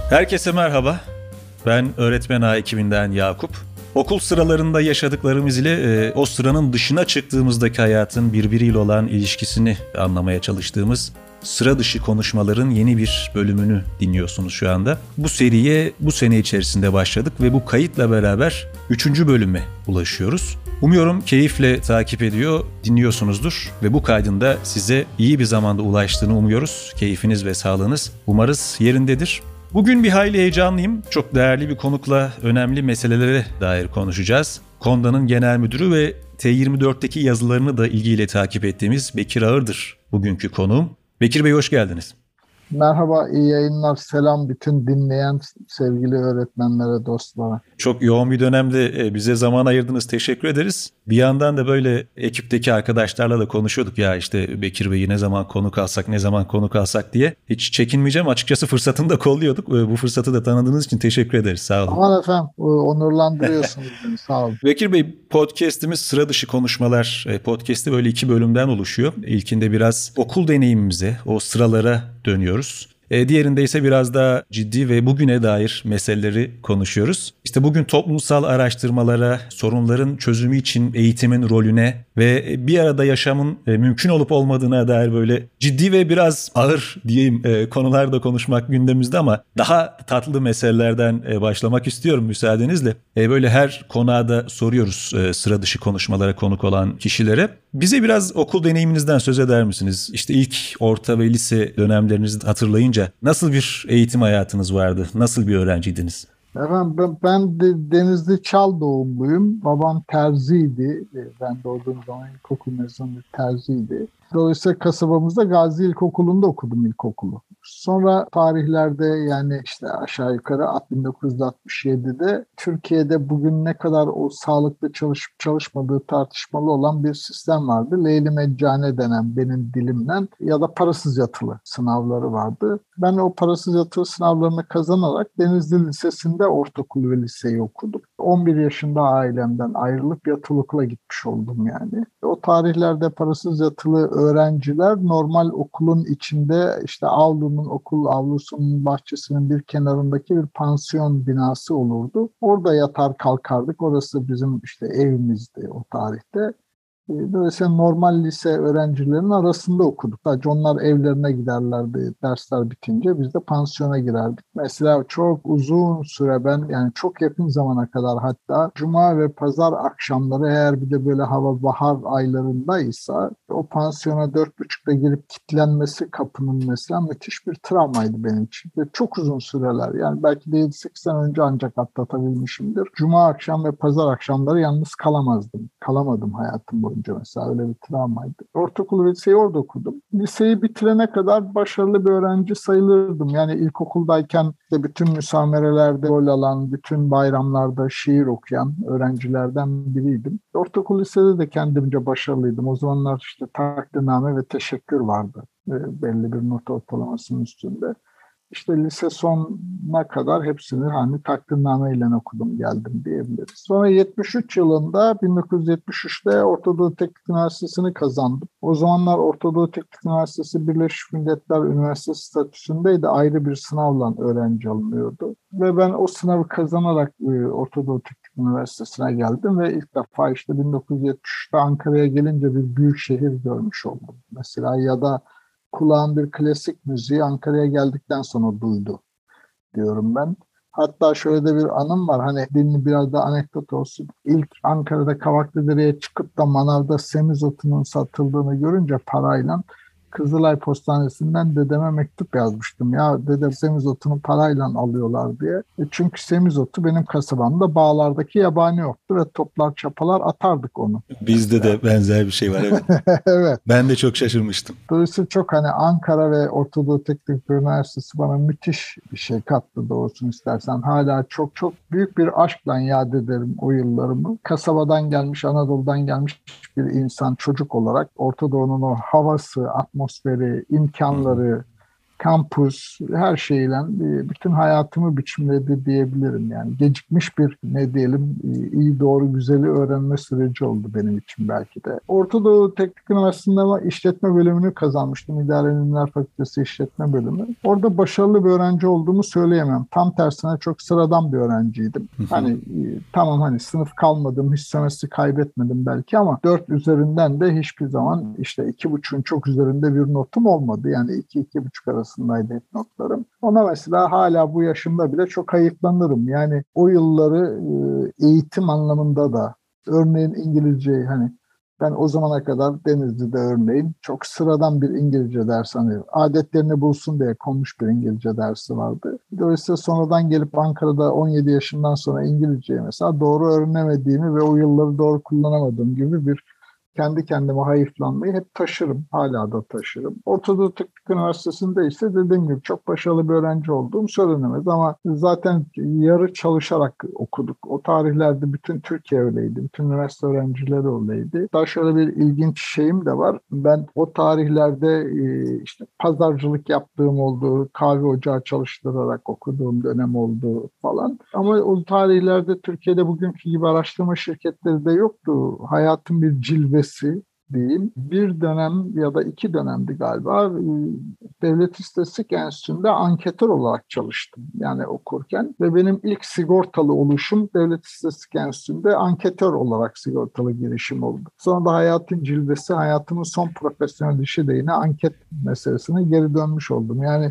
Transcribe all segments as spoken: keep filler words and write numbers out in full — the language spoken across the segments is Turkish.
Herkese merhaba. Ben öğretmen A ekibinden Yakup. Okul sıralarında yaşadıklarımız ile e, o sıranın dışına çıktığımızdaki hayatın birbiriyle olan ilişkisini anlamaya çalıştığımız sıra dışı konuşmaların yeni bir bölümünü dinliyorsunuz şu anda. Bu seriye bu sene içerisinde başladık ve bu kayıtla beraber üçüncü bölüme ulaşıyoruz. Umuyorum keyifle takip ediyor, dinliyorsunuzdur ve bu kaydın da size iyi bir zamanda ulaştığını umuyoruz. Keyfiniz ve sağlığınız umarız yerindedir. Bugün bir hayli heyecanlıyım. Çok değerli bir konukla önemli meselelere dair konuşacağız. KONDA'nın genel müdürü ve T yirmi dörtteki yazılarını da ilgiyle takip ettiğimiz Bekir Ağır'dır bugünkü konuğum. Bekir Bey hoş geldiniz. Merhaba, iyi yayınlar. Selam bütün dinleyen sevgili öğretmenlere, dostlara. Çok yoğun bir dönemde bize zaman ayırdınız. Teşekkür ederiz. Bir yandan da böyle ekipteki arkadaşlarla da konuşuyorduk. Ya işte Bekir Bey'i ne zaman konuk alsak, ne zaman konuk alsak diye. Hiç çekinmeyeceğim. Açıkçası fırsatını da kolluyorduk. Bu fırsatı da tanıdığınız için teşekkür ederiz. Sağ olun. Aman efendim, onurlandırıyorsunuz beni. Sağ olun. Bekir Bey, podcast'imiz Sıra Dışı Konuşmalar podcast'i böyle iki bölümden oluşuyor. İlkinde biraz okul deneyimimize, o sıralara dönüyoruz. E, diğerinde ise biraz daha ciddi ve bugüne dair meseleleri konuşuyoruz. İşte bugün toplumsal araştırmalara, sorunların çözümü için eğitimin rolüne ve bir arada yaşamın e, mümkün olup olmadığına dair böyle ciddi ve biraz ağır diyeyim e, konularda konuşmak gündemimizde ama daha tatlı meselelerden e, başlamak istiyorum müsaadenizle. E, böyle her konuğa da soruyoruz e, sıra dışı konuşmalara konuk olan kişilere. Bize biraz okul deneyiminizden söz eder misiniz? İşte ilk orta ve lise dönemlerinizi hatırlayınca nasıl bir eğitim hayatınız vardı? Nasıl bir öğrenciydiniz? Efendim ben, ben de Denizli Çal doğumluyum. Babam terziydi. Ben doğduğum zaman ilkokul mezunu terziydi. Dolayısıyla kasabamızda Gazi İlkokulu'nda okudum ilkokulu. Sonra tarihlerde yani işte aşağı yukarı bin dokuz yüz altmış yedide Türkiye'de bugün ne kadar o sağlıklı çalışıp çalışmadığı tartışmalı olan bir sistem vardı. Leyli Meccane denen benim dilimden ya da parasız yatılı sınavları vardı. Ben o parasız yatılı sınavlarını kazanarak Denizli Lisesi'nde ortaokul ve liseyi okudum. on bir yaşında ailemden ayrılıp yatılı okula gitmiş oldum yani. O tarihlerde parasız yatılı öğrenciler normal okulun içinde işte avlunun, okul avlusunun bahçesinin bir kenarındaki bir pansiyon binası olurdu. Orada yatar kalkardık. Orası bizim işte evimizdi o tarihte. Dolayısıyla normal lise öğrencilerinin arasında okuduk. Sadece onlar evlerine giderlerdi dersler bitince. Biz de pansiyona girerdik. Mesela çok uzun süre ben yani çok yakın zamana kadar hatta cuma ve pazar akşamları eğer bir de böyle hava bahar aylarındaysa o pansiyona dört buçukta girip kilitlenmesi kapının mesela müthiş bir travmaydı benim için. Ve çok uzun süreler yani belki de yedi sekiz sene önce ancak atlatabilmişimdir. Cuma akşam ve pazar akşamları yalnız kalamazdım. Kalamadım hayatım boyunca. Mesela öyle bir travmaydı. Ortaokul ve liseyi orada okudum. Liseyi bitirene kadar başarılı bir öğrenci sayılırdım. Yani ilkokuldayken de bütün müsamerelerde rol alan, bütün bayramlarda şiir okuyan öğrencilerden biriydim. Ortaokul lisede de kendimce başarılıydım. O zamanlar işte takdirname ve teşekkür vardı. Belli bir not ortalamasının üstünde. İşte lise sonuna kadar hepsini hani takdirnameyle okudum geldim diyebiliriz. Sonra yetmiş üç yılında bin dokuz yüz yetmiş üçte Orta Doğu Teknik Üniversitesi'ni kazandım. O zamanlar Orta Doğu Teknik Üniversitesi Birleşmiş Milletler Üniversitesi statüsündeydi. Ayrı bir sınavla öğrenci alınıyordu. Ve ben o sınavı kazanarak Orta Doğu Teknik Üniversitesi'ne geldim ve ilk defa işte bin dokuz yüz yetmiş üçte Ankara'ya gelince bir büyük şehir görmüş oldum. Mesela ya da kulağım bir klasik müziği Ankara'ya geldikten sonra duydu diyorum ben. Hatta şöyle de bir anım var. Hani dilini biraz da anekdot olsun. İlk Ankara'da Kavaklıdere'ye çıkıp da manavda semizotunun satıldığını görünce parayla Kızılay Postanesi'nden dedeme mektup yazmıştım. Ya dedem semizotunu parayla alıyorlar diye. E çünkü semizotu benim kasabamda bağlardaki yabani ottu ve toplar çapalar atardık onu. Bizde mesela de benzer bir şey var evet. Evet. Ben de çok şaşırmıştım. Dolayısıyla çok hani Ankara ve Orta Doğu Teknik Üniversitesi bana müthiş bir şey kattı doğrusunu istersen. Hala çok çok büyük bir aşkla yad ederim o yıllarımı. Kasabadan gelmiş, Anadolu'dan gelmiş bir insan çocuk olarak Orta Doğu'nun o havası, atmosferi, imkanları, kampüs, her şeyle e, bütün hayatımı biçimledi diyebilirim. Yani gecikmiş bir ne diyelim e, iyi doğru güzeli öğrenme süreci oldu benim için belki de. Orta Doğu Teknik Üniversitesi'nde işletme bölümünü kazanmıştım. İdare Bilimler Fakültesi işletme bölümü. Orada başarılı bir öğrenci olduğumu söyleyemem. Tam tersine çok sıradan bir öğrenciydim. Hani e, tamam hani sınıf kalmadım, hiç semestri kaybetmedim belki ama dört üzerinden de hiçbir zaman işte iki buçuğun çok üzerinde bir notum olmadı. Yani iki iki buçuk arasındaydı hep notlarım. Ona mesela hala bu yaşımda bile çok hayıflanırım. Yani o yılları e, eğitim anlamında da örneğin İngilizceyi hani ben o zamana kadar Denizli'de örneğin çok sıradan bir İngilizce dersi hani adetlerini bulsun diye konmuş bir İngilizce dersi vardı. Dolayısıyla sonradan gelip Ankara'da on yedi yaşından sonra İngilizceyi mesela doğru öğrenemediğimi ve o yılları doğru kullanamadığım gibi bir kendi kendime hayıflanmayı hep taşırım. Hala da taşırım. Orta Doğu Teknik Üniversitesi'nde ise dediğim gibi çok başarılı bir öğrenci olduğum söylenemez ama zaten yarı çalışarak okuduk. O tarihlerde bütün Türkiye öyleydi. Bütün üniversite öğrencileri öyleydi. Daha şöyle bir ilginç şeyim de var. Ben o tarihlerde işte pazarcılık yaptığım oldu, kahve ocağı çalıştırarak okuduğum dönem oldu falan. Ama o tarihlerde Türkiye'de bugünkü gibi araştırma şirketleri de yoktu. Hayatın bir cilvesi diyeyim. Bir dönem ya da iki dönemdi galiba Devlet İstatistik Enstitüsü'nde anketör olarak çalıştım. Yani okurken ve benim ilk sigortalı oluşum Devlet İstatistik Enstitüsü'nde anketör olarak sigortalı girişim oldu. Sonra da hayatın cilvesi, hayatımın son profesyonel işi de yine anket meselesine geri dönmüş oldum. Yani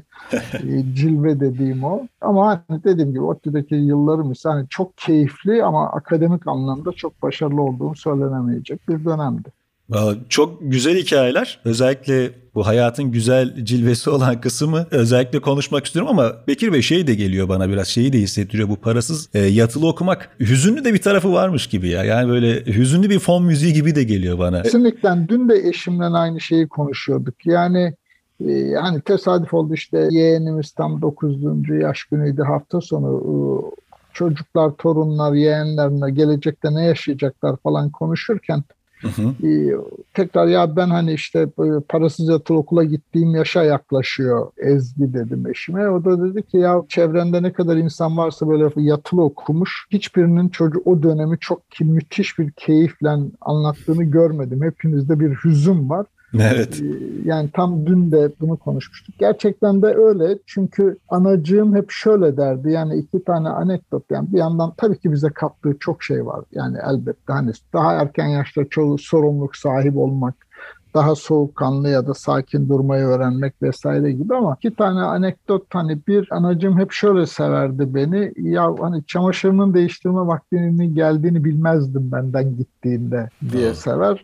cilve dediğim o. Ama hani dediğim gibi ODTÜ'deki yıllarım ise hani çok keyifli ama akademik anlamda çok başarılı olduğum söylenemeyecek bir dönemdi. Vallahi çok güzel hikayeler. Özellikle bu hayatın güzel cilvesi olan kısmı özellikle konuşmak istiyorum ama Bekir Bey şey de geliyor bana biraz şeyi de hissettiriyor. Bu parasız e, yatılı okumak hüzünlü de bir tarafı varmış gibi ya. Yani böyle hüzünlü bir fon müziği gibi de geliyor bana. Kesinlikle dün de eşimle aynı şeyi konuşuyorduk. Yani e, hani tesadüf oldu işte yeğenimiz tam dokuzuncu yaş günüydü hafta sonu. E, çocuklar, torunlar, yeğenlerine gelecekte ne yaşayacaklar falan konuşurken Hı hı. Ee, tekrar ya ben hani işte parasız yatılı okula gittiğim yaşa yaklaşıyor Ezgi dedim eşime. O da dedi ki ya çevrende ne kadar insan varsa böyle yatılı okumuş hiçbirinin çocuğu o dönemi çok ki müthiş bir keyifle anlattığını görmedim. Hepinizde bir hüzün var. Evet. Yani tam dün de bunu konuşmuştuk. Gerçekten de öyle. Çünkü anacığım hep şöyle derdi. Yani iki tane anekdot. Yani bir yandan tabii ki bize kattığı çok şey var. Yani elbette hani daha erken yaşta çoğu sorumluluk sahibi olmak, daha soğukkanlı ya da sakin durmayı öğrenmek vesaire gibi ama iki tane anekdot hani bir anacığım hep şöyle severdi beni. Ya hani çamaşırının değiştirme vaktinin geldiğini bilmezdim benden gittiğinde diye sever.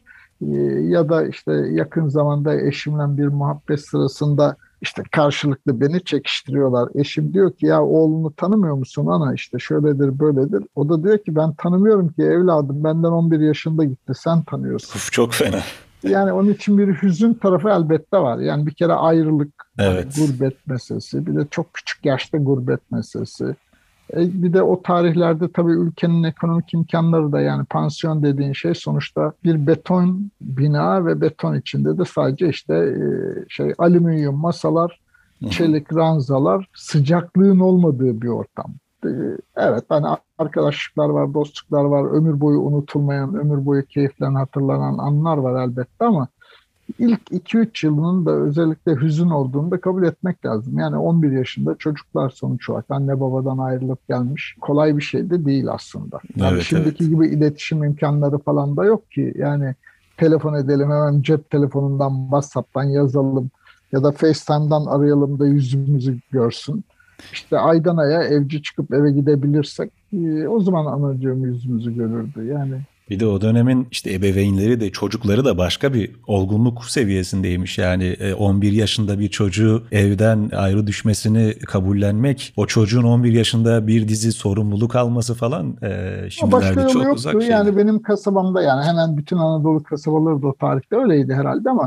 Ya da işte yakın zamanda eşimle bir muhabbet sırasında işte karşılıklı beni çekiştiriyorlar. Eşim diyor ki ya oğlunu tanımıyor musun ana işte şöyledir böyledir. O da diyor ki ben tanımıyorum ki evladım benden on bir yaşında gitti sen tanıyorsun. Uf, çok fena. Yani onun için bir hüzün tarafı elbette var. Yani bir kere ayrılık, evet. yani gurbet meselesi, bir de çok küçük yaşta gurbet meselesi. Bir de o tarihlerde tabii ülkenin ekonomik imkanları da yani pansiyon dediğin şey sonuçta bir beton bina ve beton içinde de sadece işte şey alüminyum masalar, çelik ranzalar, sıcaklığın olmadığı bir ortam. Evet hani arkadaşlıklar var, dostluklar var, ömür boyu unutulmayan, ömür boyu keyifle hatırlanan anlar var elbette ama İlk iki üç yılının da özellikle hüzün olduğunu da kabul etmek lazım. Yani on bir yaşında çocuklar sonuç olarak anne babadan ayrılıp gelmiş. Kolay bir şey de değil aslında. Yani evet, şimdiki evet. gibi iletişim imkanları falan da yok ki. Yani telefon edelim hemen cep telefonundan, WhatsApp'tan yazalım ya da FaceTime'dan arayalım da yüzümüzü görsün. İşte aydan aya evci çıkıp eve gidebilirsek o zaman anacığım yüzümüzü görürdü. Yani bir de o dönemin işte ebeveynleri de çocukları da başka bir olgunluk seviyesindeymiş. Yani on bir yaşında bir çocuğu evden ayrı düşmesini kabullenmek, o çocuğun on bir yaşında bir dizi sorumluluk alması falan e, şimdilerde çok yoktu. uzak şeyler. Yani benim kasabamda yani hemen bütün Anadolu kasabaları da o tarihte öyleydi herhalde ama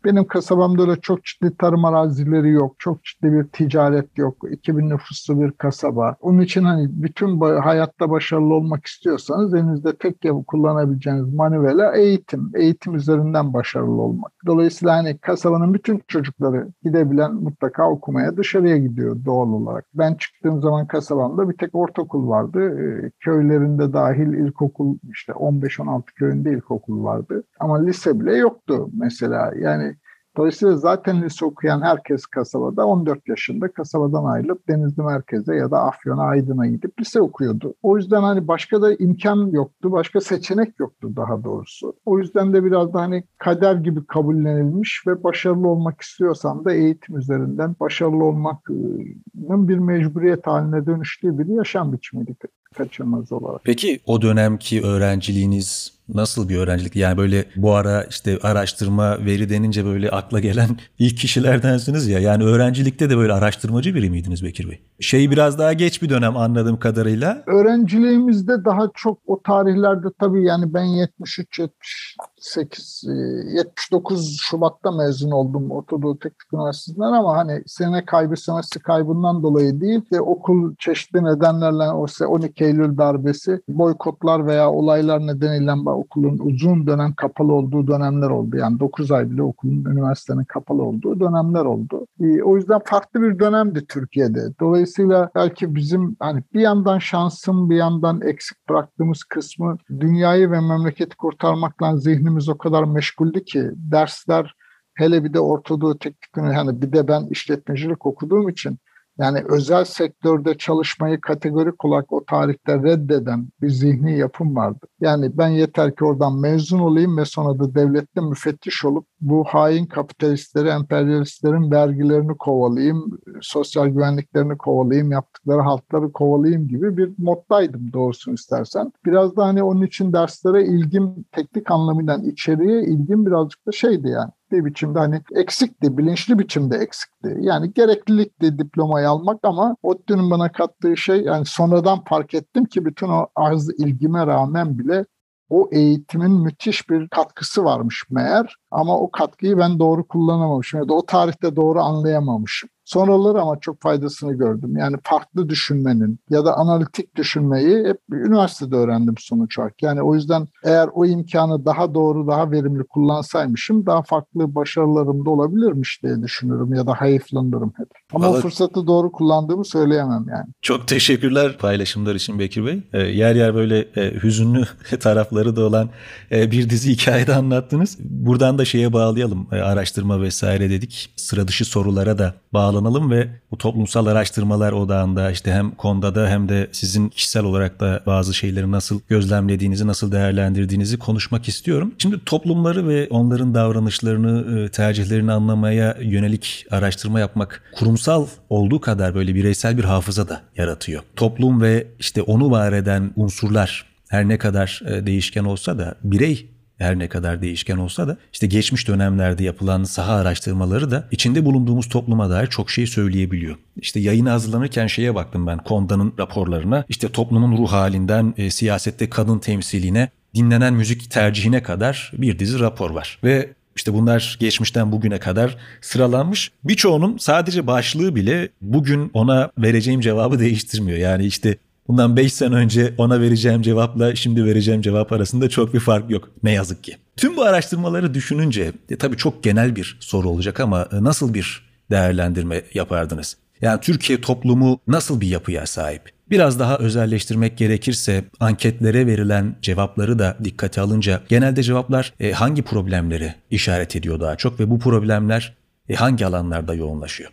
Benim kasabamda öyle çok ciddi tarım arazileri yok. Çok ciddi bir ticaret yok. iki bin nüfuslu bir kasaba. Onun için hani bütün hayatta başarılı olmak istiyorsanız elinizde tek kullanabileceğiniz manivela eğitim. Eğitim üzerinden başarılı olmak. Dolayısıyla hani kasabanın bütün çocukları gidebilen mutlaka okumaya dışarıya gidiyor doğal olarak. Ben çıktığım zaman kasabamda bir tek ortaokul vardı. Köylerinde dahil ilkokul, işte on beş on altı köyünde ilkokul vardı. Ama lise bile yoktu mesela. Yani dolayısıyla zaten lise okuyan herkes kasabada on dört yaşında kasabadan ayrılıp Denizli merkeze ya da Afyon'a, Aydın'a gidip lise okuyordu. O yüzden hani başka da imkan yoktu, başka seçenek yoktu daha doğrusu. O yüzden de biraz da hani kader gibi kabullenilmiş ve başarılı olmak istiyorsan da eğitim üzerinden başarılı olmanın bir mecburiyet haline dönüştüğü bir yaşam biçimiydi kaçınılmaz olarak. Peki o dönemki öğrenciliğiniz nasıl bir öğrencilik? Yani böyle bu ara işte araştırma, veri denince böyle akla gelen ilk kişilerdensiniz ya. Yani öğrencilikte de böyle araştırmacı biri miydiniz Bekir Bey? Şey biraz daha geç bir dönem anladığım kadarıyla. Öğrenciliğimizde daha çok o tarihlerde tabii yani ben yetmiş üç yetmiş sekiz yetmiş dokuz Şubat'ta mezun oldum Orta Teknik Üniversitesi'nden ama hani sene kaybı semestr kaybından dolayı değil de okul çeşitli nedenlerle o on iki Eylül darbesi, boykotlar veya olaylar nedeniyle okulun uzun dönem kapalı olduğu dönemler oldu. Yani dokuz ay bile okulun, üniversitenin kapalı olduğu dönemler oldu. O yüzden farklı bir dönemdi Türkiye'de. Dolayısıyla belki bizim hani bir yandan şansım, bir yandan eksik bıraktığımız kısmı dünyayı ve memleketi kurtarmakla zihnimiz o kadar meşguldü ki dersler, hele bir de Orta Doğu Teknik Üniversitesi, hani bir de ben işletmecilik okuduğum için yani özel sektörde çalışmayı kategorik olarak o tarihte reddeden bir zihni yapım vardı. Yani ben yeter ki oradan mezun olayım ve sonra da devlette müfettiş olup bu hain kapitalistleri, emperyalistlerin vergilerini kovalayayım, sosyal güvenliklerini kovalayayım, yaptıkları haltları kovalayayım gibi bir moddaydım doğrusunu istersen. Biraz da hani onun için derslere ilgim, teknik anlamıyla içeriye ilgim birazcık da şeydi yani. Bir biçimde hani eksikti, bilinçli biçimde eksikti. Yani gereklilikti diplomayı almak ama ODTÜ'nün bana kattığı şey, yani sonradan fark ettim ki bütün o az ilgime rağmen bile o eğitimin müthiş bir katkısı varmış meğer. Ama o katkıyı ben doğru kullanamamışım ya da o tarihte doğru anlayamamışım. Sonraları ama çok faydasını gördüm. Yani farklı düşünmenin ya da analitik düşünmeyi hep üniversitede öğrendim sonuç olarak. Yani o yüzden eğer o imkanı daha doğru, daha verimli kullansaymışım daha farklı başarılarım da olabilirmiş diye düşünürüm ya da hayıflanırım hep. Ama Vallahi... o fırsatı doğru kullandığımı söyleyemem yani. Çok teşekkürler paylaşımlar için Bekir Bey. E, yer yer böyle e, hüzünlü tarafları da olan e, bir dizi hikayede anlattınız. Buradan da şeye bağlayalım. E, araştırma vesaire dedik. Sıra dışı sorulara da bağlanalım ve bu toplumsal araştırmalar odağında işte hem KONDA'da hem de sizin kişisel olarak da bazı şeyleri nasıl gözlemlediğinizi, nasıl değerlendirdiğinizi konuşmak istiyorum. Şimdi toplumları ve onların davranışlarını, tercihlerini anlamaya yönelik araştırma yapmak kurumsal olduğu kadar böyle bireysel bir hafıza da yaratıyor. Toplum ve işte onu var eden unsurlar her ne kadar değişken olsa da, birey her ne kadar değişken olsa da işte geçmiş dönemlerde yapılan saha araştırmaları da içinde bulunduğumuz topluma dair çok şey söyleyebiliyor. İşte yayına hazırlanırken şeye baktım ben, KONDA'nın raporlarına. İşte toplumun ruh halinden e, siyasette kadın temsiline, dinlenen müzik tercihine kadar bir dizi rapor var. Ve İşte bunlar geçmişten bugüne kadar sıralanmış. Birçoğunun sadece başlığı bile bugün ona vereceğim cevabı değiştirmiyor. Yani işte bundan beş sene önce ona vereceğim cevapla şimdi vereceğim cevap arasında çok bir fark yok ne yazık ki. Tüm bu araştırmaları düşününce e, tabii çok genel bir soru olacak ama e, nasıl bir değerlendirme yapardınız? Yani Türkiye toplumu nasıl bir yapıya sahip? Biraz daha özelleştirmek gerekirse anketlere verilen cevapları da dikkate alınca genelde cevaplar e, hangi problemleri işaret ediyor daha çok ve bu problemler e, hangi alanlarda yoğunlaşıyor?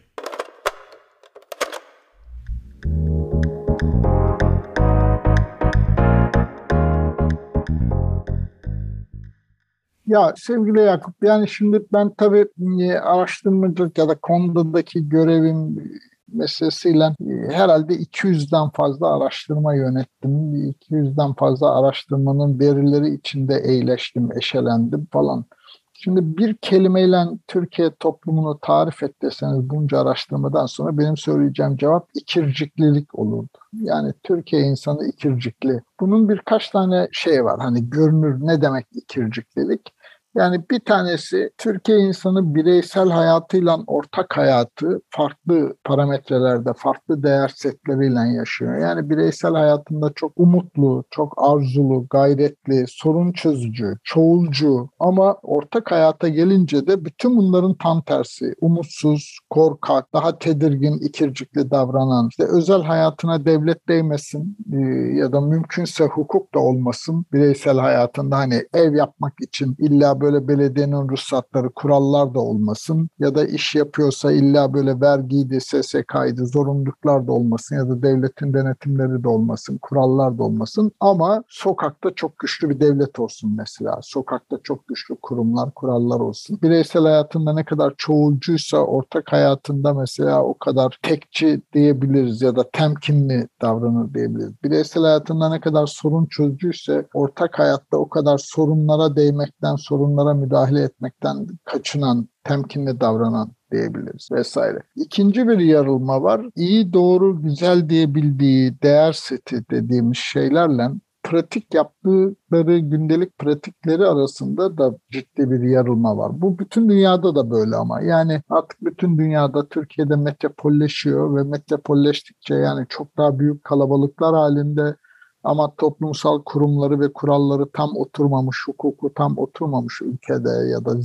Ya sevgili Yakup, yani şimdi ben tabii araştırmacılık ya da KONDA'daki görevim meselesiyle herhalde iki yüzden fazla araştırma yönettim. iki yüzden fazla araştırmanın verileri içinde eğleştim, eşelendim falan. Şimdi bir kelimeyle Türkiye toplumunu tarif et deseniz bunca araştırmadan sonra benim söyleyeceğim cevap ikirciklilik olurdu. Yani Türkiye insanı ikircikli. Bunun birkaç tane şey var. Hani görünür ne demek ikirciklilik? Yani bir tanesi Türkiye insanı bireysel hayatıyla ortak hayatı farklı parametrelerde, farklı değer setleriyle yaşıyor. Yani bireysel hayatında çok umutlu, çok arzulu, gayretli, sorun çözücü, çoğulcu ama ortak hayata gelince de bütün bunların tam tersi. Umutsuz, korkak, daha tedirgin, ikircikli davranan, işte özel hayatına devlet değmesin ya da mümkünse hukuk da olmasın bireysel hayatında, hani ev yapmak için illa böyle belediyenin ruhsatları, kurallar da olmasın ya da iş yapıyorsa illa böyle vergiydi, S S K'ydı, zorunluluklar da olmasın ya da devletin denetimleri de olmasın, kurallar da olmasın ama sokakta çok güçlü bir devlet olsun mesela. Sokakta çok güçlü kurumlar, kurallar olsun. Bireysel hayatında ne kadar çoğulcuysa ortak hayatında mesela o kadar tekçi diyebiliriz ya da temkinli davranır diyebiliriz. Bireysel hayatında ne kadar sorun çözücüyse ortak hayatta o kadar sorunlara değmekten, sorunlara müdahale etmekten kaçınan, temkinli davranan diyebiliriz vesaire. İkinci bir yarılma var. İyi, doğru, güzel diyebildiği değer seti dediğimiz şeylerle pratik yaptıkları gündelik pratikleri arasında da ciddi bir yarılma var. Bu bütün dünyada da böyle ama. Yani artık bütün dünyada, Türkiye'de metropolleşiyor ve metropolleştikçe yani çok daha büyük kalabalıklar halinde ama toplumsal kurumları ve kuralları tam oturmamış, hukuku tam oturmamış ülkede ya da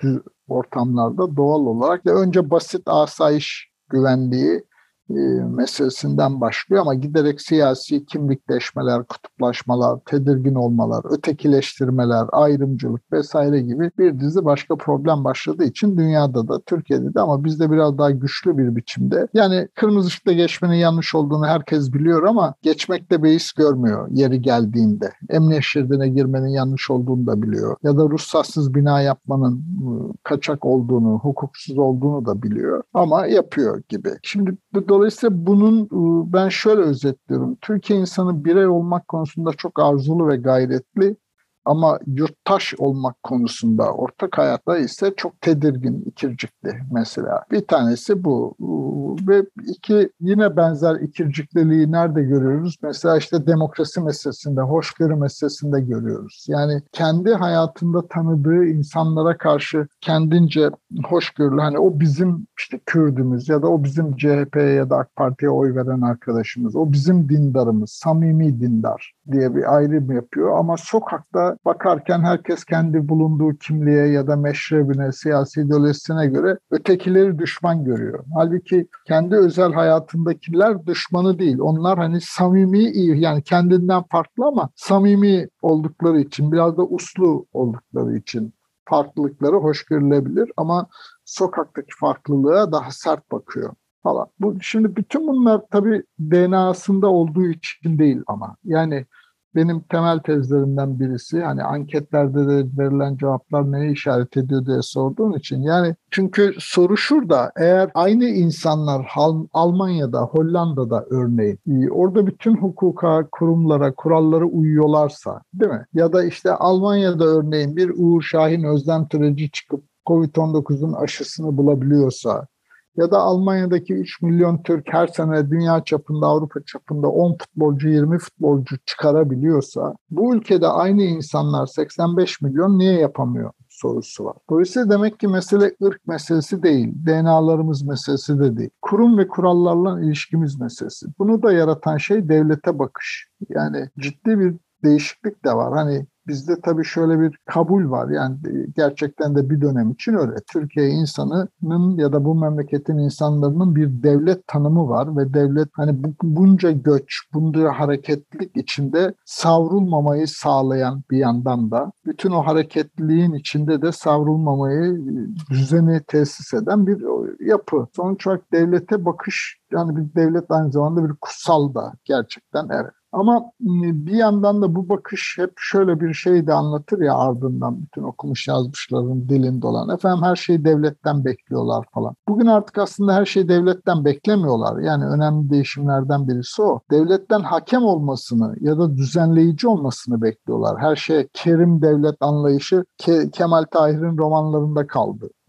ortamlarda doğal olarak da önce basit asayiş güvenliği e, meselesinden başlıyor ama giderek siyasi kimlikleşmeler, kutuplaşmalar, tedirgin olmalar, ötekileştirmeler, ayrımcılık vesaire gibi bir dizi başka problem başladığı için dünyada da, Türkiye'de de ama bizde biraz daha güçlü bir biçimde. Yani kırmızı ışıkta geçmenin yanlış olduğunu herkes biliyor ama geçmekte beis görmüyor yeri geldiğinde. Emniyet şeridine girmenin yanlış olduğunu da biliyor. Ya da ruhsatsız bina yapmanın kaçak olduğunu, hukuksuz olduğunu da biliyor ama yapıyor gibi. Şimdi dolayısıyla bunun ben şöyle özetliyorum. Türkiye insanı birey olmak konusunda çok arzulu ve gayretli ama yurttaş olmak konusunda ortak hayatta ise çok tedirgin, ikircikli mesela. Bir tanesi bu. Ve iki yine benzer ikircikliliği nerede görüyoruz? Mesela işte demokrasi meselesinde, hoşgörü meselesinde görüyoruz. Yani kendi hayatında tanıdığı insanlara karşı kendince hoşgörülü, hani o bizim işte Kürdümüz ya da o bizim C H P'ye ya da AK Parti'ye oy veren arkadaşımız, o bizim dindarımız, samimi dindar diye bir ayrım yapıyor ama sokakta bakarken herkes kendi bulunduğu kimliğe ya da meşrebine, siyasi ideolojisine göre ötekileri düşman görüyor. Halbuki kendi özel hayatındakiler düşmanı değil. Onlar hani samimi, iyi, yani kendinden farklı ama samimi oldukları için, biraz da uslu oldukları için farklılıkları hoş görülebilir ama sokaktaki farklılığa daha sert bakıyor falan. Bu, şimdi bütün bunlar tabii D N A'sında olduğu için değil ama. Yani benim temel tezlerimden birisi, hani anketlerde de verilen cevaplar neye işaret ediyor diye sorduğun için. Yani çünkü soru şurada, eğer aynı insanlar Almanya'da, Hollanda'da örneğin orada bütün hukuka, kurumlara, kurallara uyuyorlarsa, değil mi? Ya da işte Almanya'da örneğin bir Uğur Şahin Özlem Türeci çıkıp kovid on dokuzun aşısını bulabiliyorsa ya da Almanya'daki üç milyon Türk her sene dünya çapında, Avrupa çapında on futbolcu, yirmi futbolcu çıkarabiliyorsa bu ülkede aynı insanlar seksen beş milyon niye yapamıyor sorusu var. Dolayısıyla demek ki mesele ırk meselesi değil, D N A'larımız meselesi de değil. Kurum ve kurallarla ilişkimiz meselesi. Bunu da yaratan şey devlete bakış. Yani ciddi bir değişiklik de var. Hani bizde tabii şöyle bir kabul var. Yani gerçekten de bir dönem için öyle. Türkiye insanının ya da bu memleketin insanların bir devlet tanımı var ve devlet hani bu, bunca göç, bunca hareketlilik içinde savrulmamayı sağlayan bir yandan da bütün o hareketliliğin içinde de savrulmamayı, düzeni tesis eden bir yapı. Sonuç olarak devlete bakış, yani bir devlet aynı zamanda bir kutsal da gerçekten, evet. Ama bir yandan da bu bakış hep şöyle bir şey de anlatır ya, ardından bütün okumuş yazmışların dilinde olan. Efendim her şeyi devletten bekliyorlar falan. Bugün artık aslında her şeyi devletten beklemiyorlar. Yani önemli değişimlerden birisi o. Devletten hakem olmasını ya da düzenleyici olmasını bekliyorlar. Her şey kerim devlet anlayışı Ke- Kemal Tahir'in romanlarında kaldı.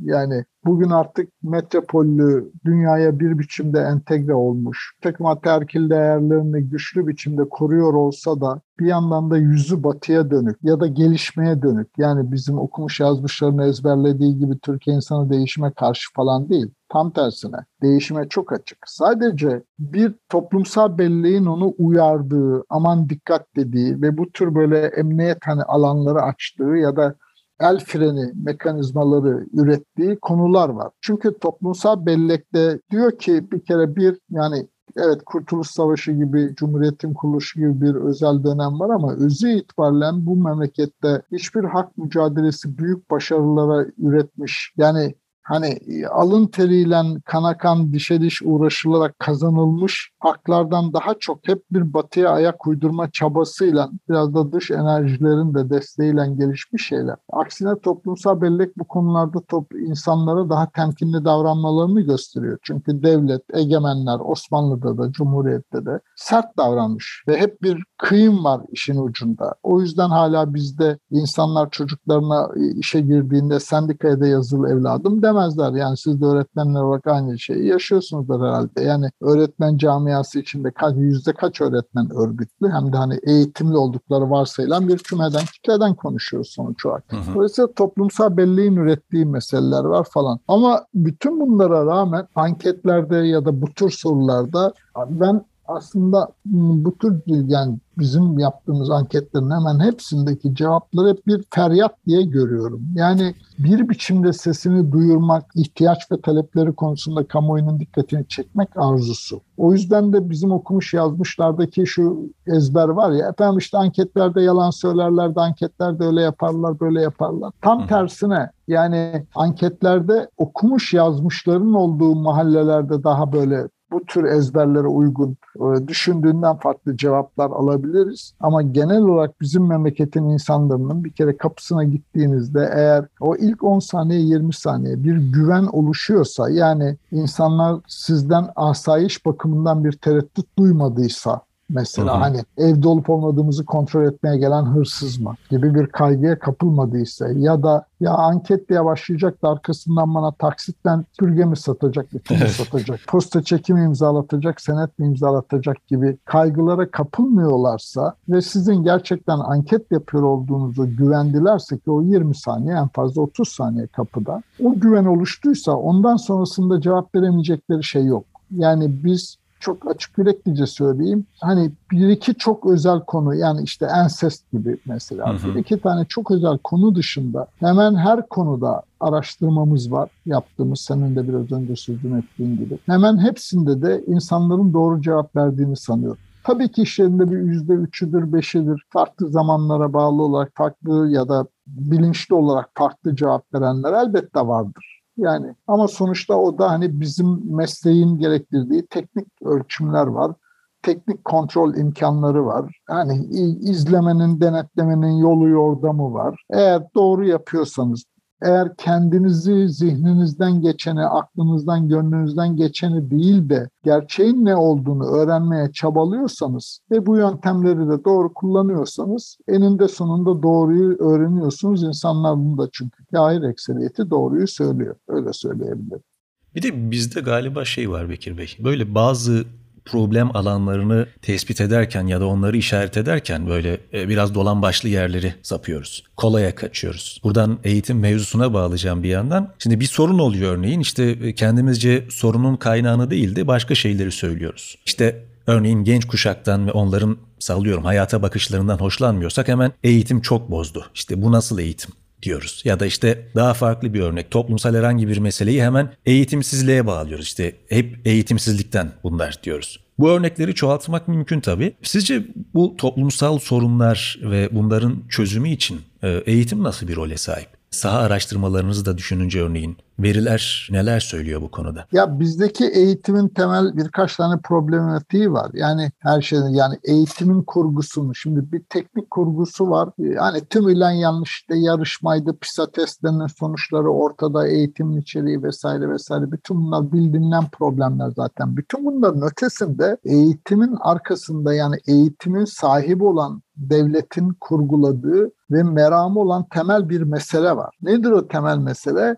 Yani bugün artık metropollü, dünyaya bir biçimde entegre olmuş, bir takım ataerkil değerlerini güçlü biçimde koruyor olsa da bir yandan da yüzü batıya dönük ya da gelişmeye dönük. Yani bizim okumuş yazmışlarını ezberlediği gibi Türkiye insanı değişime karşı falan değil. Tam tersine değişime çok açık. Sadece bir toplumsal belleğin onu uyardığı, aman dikkat dediği ve bu tür böyle emniyet hani alanları açtığı ya da el freni mekanizmaları ürettiği konular var. Çünkü toplumsal bellekte diyor ki bir kere bir yani evet Kurtuluş Savaşı gibi, Cumhuriyet'in kuruluşu gibi bir özel dönem var ama özü itibariyle bu memlekette hiçbir hak mücadelesi büyük başarılara üretmiş. Yani hani alın teriyle kana kan dişe diş uğraşılarak kazanılmış haklardan daha çok hep bir batıya ayak uydurma çabasıyla biraz da dış enerjilerin de desteğiyle gelişmiş şeyler. Aksine toplumsal bellek bu konularda top, insanlara daha temkinli davranmalarını gösteriyor. Çünkü devlet, egemenler Osmanlı'da da Cumhuriyet'te de sert davranmış ve hep bir kıyım var işin ucunda. O yüzden hala bizde insanlar çocuklarına işe girdiğinde sendikaya da yazılı evladım demezler. Yani siz de öğretmenler olarak aynı şeyi yaşıyorsunuzdur herhalde. Yani öğretmen camiası içinde kaç, yüzde kaç öğretmen örgütlü hem de hani eğitimli oldukları varsayılan bir kümeden, kitleden konuşuyoruz sonuç olarak. Hı hı. Dolayısıyla toplumsal belleğin ürettiği meseleler var falan. Ama bütün bunlara rağmen anketlerde ya da bu tür sorularda ben aslında bu tür yani bizim yaptığımız anketlerin hemen hepsindeki cevapları hep bir feryat diye görüyorum. Yani bir biçimde sesini duyurmak, ihtiyaç ve talepleri konusunda kamuoyunun dikkatini çekmek arzusu. O yüzden de bizim okumuş yazmışlardaki şu ezber var ya, efendim işte anketlerde yalan söylerler de anketlerde öyle yaparlar, böyle yaparlar. Tam tersine yani anketlerde okumuş yazmışların olduğu mahallelerde daha böyle bu tür ezberlere uygun düşündüğünden farklı cevaplar alabiliriz. Ama genel olarak bizim memleketin insanların bir kere kapısına gittiğinizde eğer o ilk on saniye yirmi saniye bir güven oluşuyorsa yani insanlar sizden asayiş bakımından bir tereddüt duymadıysa mesela hı hı. hani evde olup olmadığımızı kontrol etmeye gelen hırsız mı gibi bir kaygıya kapılmadıysa ya da ya anket diye başlayacak da arkasından bana taksitten süpürge mi satacak, bütün mü satacak, posta çekimi imzalatacak, senet mi imzalatacak gibi kaygılara kapılmıyorlarsa ve sizin gerçekten anket yapıyor olduğunuzu güvendilerse ki o yirmi saniye en fazla otuz saniye kapıda o güven oluştuysa ondan sonrasında cevap veremeyecekleri şey yok. Yani biz çok açık yüreklice söyleyeyim. Hani bir iki çok özel konu yani işte ensest gibi mesela hı hı. bir iki tane çok özel konu dışında hemen her konuda araştırmamız var. Yaptığımız senin de biraz önce sözünü ettiğin gibi. Hemen hepsinde de insanların doğru cevap verdiğini sanıyorum. Tabii ki işlerinde bir yüzde üçüdür, beşidir. Farklı zamanlara bağlı olarak farklı ya da bilinçli olarak farklı cevap verenler elbette vardır. Yani ama sonuçta o da hani bizim mesleğin gerektirdiği teknik ölçümler var. Teknik kontrol imkanları var. Yani izlemenin, denetlemenin yolu yordamı var. Eğer doğru yapıyorsanız, eğer kendinizi zihninizden geçeni, aklınızdan, gönlünüzden geçeni değil de gerçeğin ne olduğunu öğrenmeye çabalıyorsanız ve bu yöntemleri de doğru kullanıyorsanız eninde sonunda doğruyu öğreniyorsunuz. İnsanlar bunu da çünkü kahir ekseriyeti doğruyu söylüyor. Öyle söyleyebilirim. Bir de bizde galiba şey var Bekir Bey. Böyle bazı problem alanlarını tespit ederken ya da onları işaret ederken böyle biraz dolan başlı yerleri sapıyoruz. Kolaya kaçıyoruz. Buradan eğitim mevzusuna bağlayacağım bir yandan. Şimdi bir sorun oluyor örneğin işte kendimizce sorunun kaynağını değil de başka şeyleri söylüyoruz. İşte örneğin genç kuşaktan ve onların sallıyorum hayata bakışlarından hoşlanmıyorsak hemen eğitim çok bozdu. İşte bu nasıl eğitim diyoruz. Ya da işte daha farklı bir örnek toplumsal herhangi bir meseleyi hemen eğitimsizliğe bağlıyoruz. İşte hep eğitimsizlikten bunlar diyoruz. Bu örnekleri çoğaltmak mümkün tabii. Sizce bu toplumsal sorunlar ve bunların çözümü için eğitim nasıl bir role sahip? Saha araştırmalarınızı da düşününce örneğin veriler neler söylüyor bu konuda? Ya bizdeki eğitimin temel birkaç tane problematiği var. Yani her şeyden yani eğitimin kurgusunu şimdi bir teknik kurgusu var. Yani tümüyle yanlış işte yarışmaydı, PISA testlerinin sonuçları ortada, eğitimin içeriği vesaire vesaire. Bütün bunlar bildiğinden problemler zaten. Bütün bunların ötesinde eğitimin arkasında yani eğitimin sahibi olan devletin kurguladığı ve meramı olan temel bir mesele var. Nedir o temel mesele?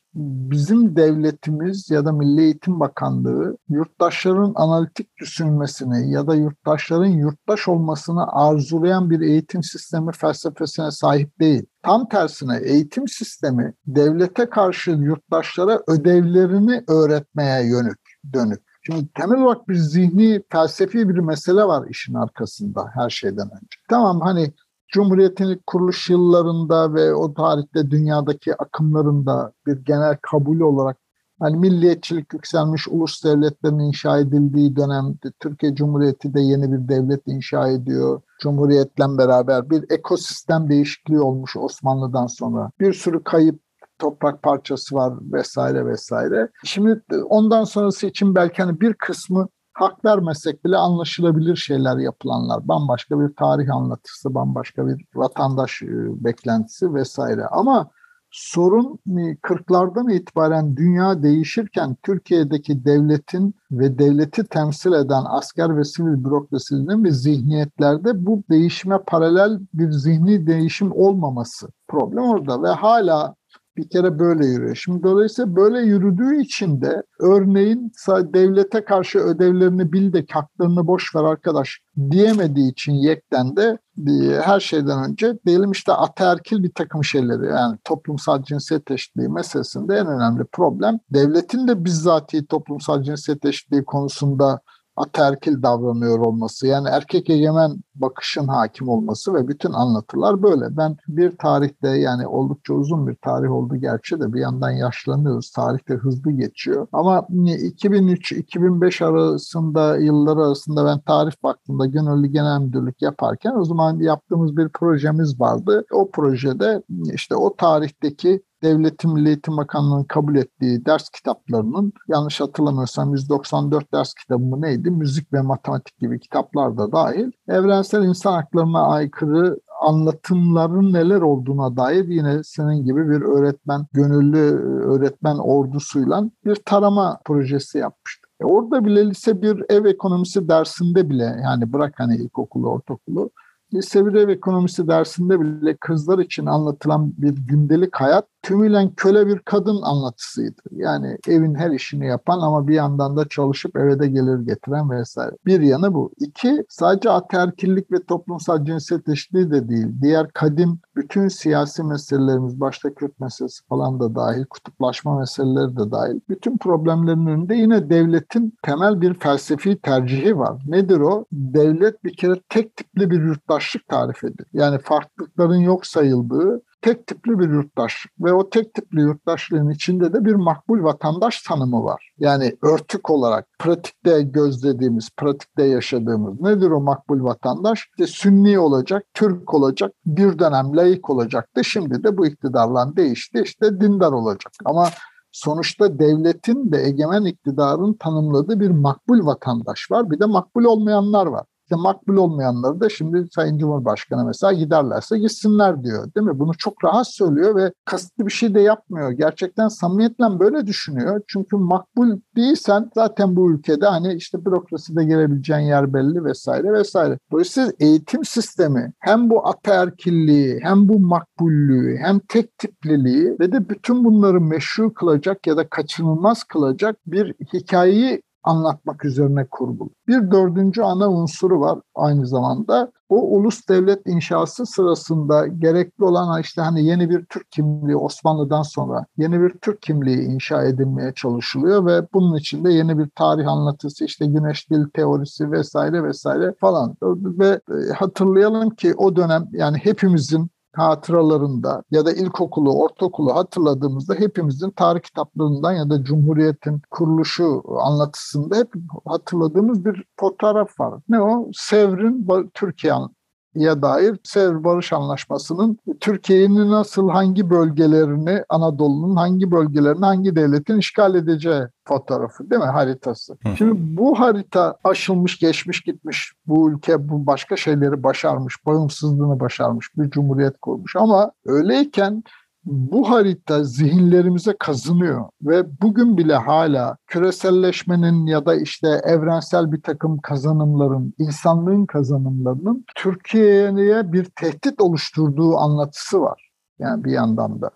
bizim devletimiz ya da Milli Eğitim Bakanlığı yurttaşların analitik düşünmesini ya da yurttaşların yurttaş olmasını arzulayan bir eğitim sistemi felsefesine sahip değil. Tam tersine eğitim sistemi devlete karşı yurttaşlara ödevlerini öğretmeye yönük, dönük. Şimdi temel olarak bir zihni, felsefi bir mesele var işin arkasında her şeyden önce. Tamam, hani Cumhuriyet'in ilk kuruluş yıllarında ve o tarihte dünyadaki akımlarında bir genel kabul olarak hani milliyetçilik yükselmiş, ulus devletlerin inşa edildiği dönemde Türkiye Cumhuriyeti de yeni bir devlet inşa ediyor. Cumhuriyet'le beraber bir ekosistem değişikliği olmuş Osmanlı'dan sonra. Bir sürü kayıp toprak parçası var vesaire vesaire. Şimdi ondan sonrası için belki hani bir kısmı hak vermesek bile anlaşılabilir şeyler yapılanlar. Bambaşka bir tarih anlatısı, bambaşka bir vatandaş beklentisi vesaire. Ama sorun kırklardan itibaren dünya değişirken Türkiye'deki devletin ve devleti temsil eden asker ve sivil bürokrasinin ve zihniyetlerde bu değişime paralel bir zihni değişim olmaması. Problem orada ve hala bir kere böyle yürüyor. Şimdi dolayısıyla böyle yürüdüğü için de örneğin devlete karşı ödevlerini bil de haklarını boş ver arkadaş diyemediği için yekten de her şeyden önce diyelim işte ataerkil bir takım şeyleri, yani toplumsal cinsiyet eşitliği meselesinde en önemli problem devletin de bizzati toplumsal cinsiyet eşitliği konusunda ataerkil davranıyor olması, yani erkek egemen bakışın hakim olması ve bütün anlatılar böyle. Ben bir tarihte, yani oldukça uzun bir tarih oldu gerçi de bir yandan yaşlanıyoruz. Tarih de hızlı geçiyor. Ama iki bin üç iki bin beş arasında, yılları arasında ben tarih vaktinde gönüllü genel müdürlük yaparken o zaman yaptığımız bir projemiz vardı. O projede işte o tarihteki Devletin Milli Eğitim Bakanlığı'nın kabul ettiği ders kitaplarının, yanlış hatırlamıyorsam yüz doksan dört ders kitabı mı neydi? Müzik ve matematik gibi kitaplar da dahil. Evrensel insan haklarına aykırı anlatımların neler olduğuna dair yine senin gibi bir öğretmen, gönüllü öğretmen ordusuyla bir tarama projesi yapmıştık. E orada bile lise bir ev ekonomisi dersinde bile, yani bırak hani ilkokulu, ortaokulu, lise bir ev ekonomisi dersinde bile kızlar için anlatılan bir gündelik hayat tümüyle köle bir kadın anlatısıydı. Yani evin her işini yapan ama bir yandan da çalışıp eve de gelir getiren vesaire. Bir yanı bu. İki, sadece ataerkillik ve toplumsal cinsiyet eşitliği de değil. Diğer kadim bütün siyasi meselelerimiz, başta Kürt meselesi falan da dahil, kutuplaşma meseleleri de dahil, bütün problemlerin önünde yine devletin temel bir felsefi tercihi var. Nedir o? Devlet bir kere tek tipli bir yurttaşlık tarif ediyor. Yani farklılıkların yok sayıldığı tek tipli bir yurttaşlık ve o tek tipli yurttaşlığın içinde de bir makbul vatandaş tanımı var. Yani örtük olarak pratikte gözlediğimiz, pratikte yaşadığımız nedir o makbul vatandaş? İşte Sünni olacak, Türk olacak, bir dönem laik olacaktı. Şimdi de bu iktidarla değişti, işte dindar olacak. Ama sonuçta devletin ve egemen iktidarın tanımladığı bir makbul vatandaş var. Bir de makbul olmayanlar var. İşte makbul olmayanları da şimdi Sayın Cumhurbaşkanı mesela giderlerse gitsinler diyor, değil mi? Bunu çok rahat söylüyor ve kasıtlı bir şey de yapmıyor. Gerçekten samimiyetle böyle düşünüyor. Çünkü makbul değilsen zaten bu ülkede hani işte bürokraside gelebileceğin yer belli vesaire vesaire. Dolayısıyla eğitim sistemi hem bu ataerkilliği, hem bu makbullüğü, hem tek tipliliği ve de bütün bunları meşru kılacak ya da kaçınılmaz kılacak bir hikayeyi anlatmak üzerine kurulu. Bir dördüncü ana unsuru var aynı zamanda. O ulus devlet inşası sırasında gerekli olan işte hani yeni bir Türk kimliği, Osmanlı'dan sonra yeni bir Türk kimliği inşa edilmeye çalışılıyor ve bunun içinde yeni bir tarih anlatısı, işte güneş dil teorisi vesaire vesaire falan. Ve hatırlayalım ki o dönem, yani hepimizin hatıralarında ya da ilkokulu, ortaokulu hatırladığımızda hepimizin tarih kitaplarından ya da Cumhuriyet'in kuruluşu anlatısında hep hatırladığımız bir fotoğraf var. Ne o? Sevr'in Türkiye'ye dair Sevr Barış Anlaşması'nın Türkiye'nin nasıl hangi bölgelerini, Anadolu'nun hangi bölgelerini hangi devletin işgal edeceği fotoğrafı, değil mi? Haritası. Hı. Şimdi bu harita aşılmış, geçmiş, gitmiş. Bu ülke bu başka şeyleri başarmış, bağımsızlığını başarmış, bir cumhuriyet kurmuş. Ama öyleyken bu harita zihinlerimize kazınıyor ve bugün bile hala küreselleşmenin ya da işte evrensel bir takım kazanımların, insanlığın kazanımlarının Türkiye'ye bir tehdit oluşturduğu anlatısı var. Yani bir yandan da.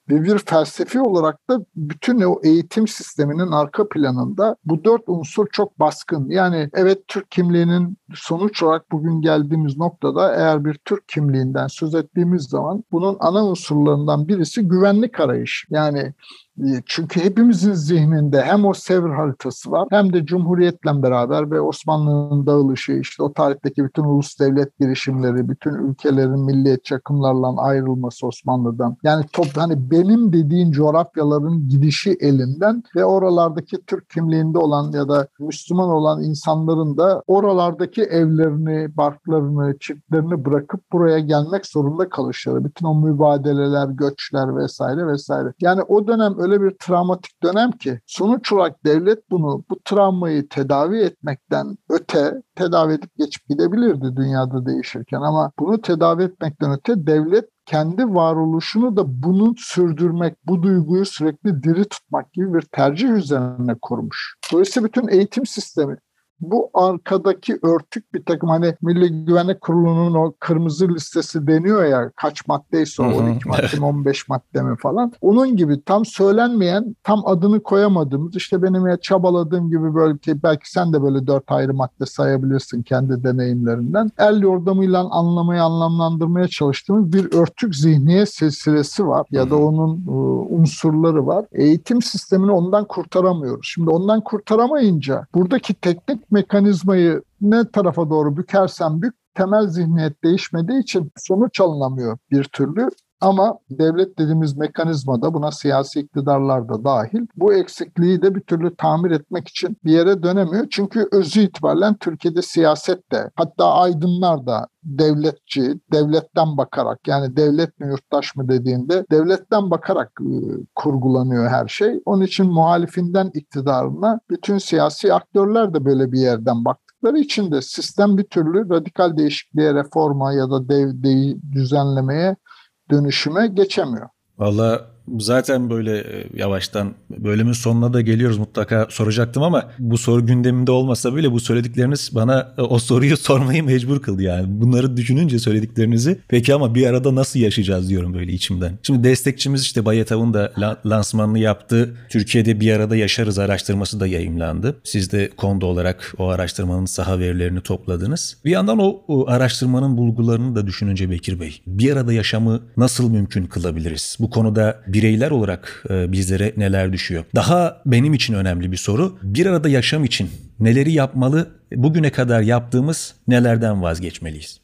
Ve bir felsefi olarak da bütün o eğitim sisteminin arka planında bu dört unsur çok baskın. Yani evet, Türk kimliğinin sonuç olarak bugün geldiğimiz noktada eğer bir Türk kimliğinden söz ettiğimiz zaman bunun ana unsurlarından birisi güvenlik arayışı. Yani çünkü hepimizin zihninde hem o Sevr haritası var hem de Cumhuriyet'le beraber ve Osmanlı'nın dağılışı, işte o tarihteki bütün ulus devlet girişimleri, bütün ülkelerin milliyetçi akımlarla ayrılması Osmanlı'dan. Yani top, hani benim dediğin coğrafyaların gidişi elinden ve oralardaki Türk kimliğinde olan ya da Müslüman olan insanların da oralardaki evlerini, barklarını, çiftlerini bırakıp buraya gelmek zorunda kalışları. Bütün o mübadeleler, göçler vesaire vesaire. Yani o dönem öyle bir travmatik dönem ki sonuç olarak devlet bunu, bu travmayı tedavi etmekten öte, tedavi edip geçip gidebilirdi dünyada değişirken, ama bunu tedavi etmekten öte devlet kendi varoluşunu da bunu sürdürmek, bu duyguyu sürekli diri tutmak gibi bir tercih üzerine kurmuş. Dolayısıyla bütün eğitim sistemi bu arkadaki örtük bir takım, hani Milli Güvenlik Kurulu'nun o kırmızı listesi deniyor ya, kaç maddeyse o, on iki madde mi on beş madde mi falan. Onun gibi tam söylenmeyen, tam adını koyamadığımız, işte benim ya çabaladığım gibi böyle ki belki sen de böyle dört ayrı madde sayabilirsin kendi deneyimlerinden. El yordamıyla anlamaya, anlamlandırmaya çalıştığımız bir örtük zihniyet silsilesi var ya da onun uh, unsurları var. Eğitim sistemini ondan kurtaramıyoruz. Şimdi ondan kurtaramayınca buradaki teknik mekanizmayı ne tarafa doğru bükersen bük, temel zihniyet değişmediği için sonuç alınamıyor bir türlü. Ama devlet dediğimiz mekanizmada, buna siyasi iktidarlar da dahil, bu eksikliği de bir türlü tamir etmek için bir yere dönemiyor. Çünkü özü itibaren Türkiye'de siyaset de, hatta aydınlar da devletçi, devletten bakarak, yani devlet mi yurttaş mı dediğinde devletten bakarak e, kurgulanıyor her şey. Onun için muhalifinden iktidarına bütün siyasi aktörler de böyle bir yerden baktıkları için de sistem bir türlü radikal değişikliğe, reforma ya da dev, de, düzenlemeye, dönüşüme geçemiyor. Vallahi zaten böyle yavaştan bölümün sonuna da geliyoruz, mutlaka soracaktım ama bu soru gündemimde olmasa bile bu söyledikleriniz bana o soruyu sormayı mecbur kıldı yani. Bunları düşününce söylediklerinizi, peki ama bir arada nasıl yaşayacağız diyorum böyle içimden. Şimdi destekçimiz işte Bayatav'ın da lansmanını yaptı. Türkiye'de bir arada yaşarız araştırması da yayımlandı. Siz de Kondu olarak o araştırmanın saha verilerini topladınız. Bir yandan o, o araştırmanın bulgularını da düşününce Bekir Bey, bir arada yaşamı nasıl mümkün kılabiliriz? Bu konuda bireyler olarak e, bizlere neler düşüyor? Daha benim için önemli bir soru. Bir arada yaşam için neleri yapmalı? Bugüne kadar yaptığımız nelerden vazgeçmeliyiz?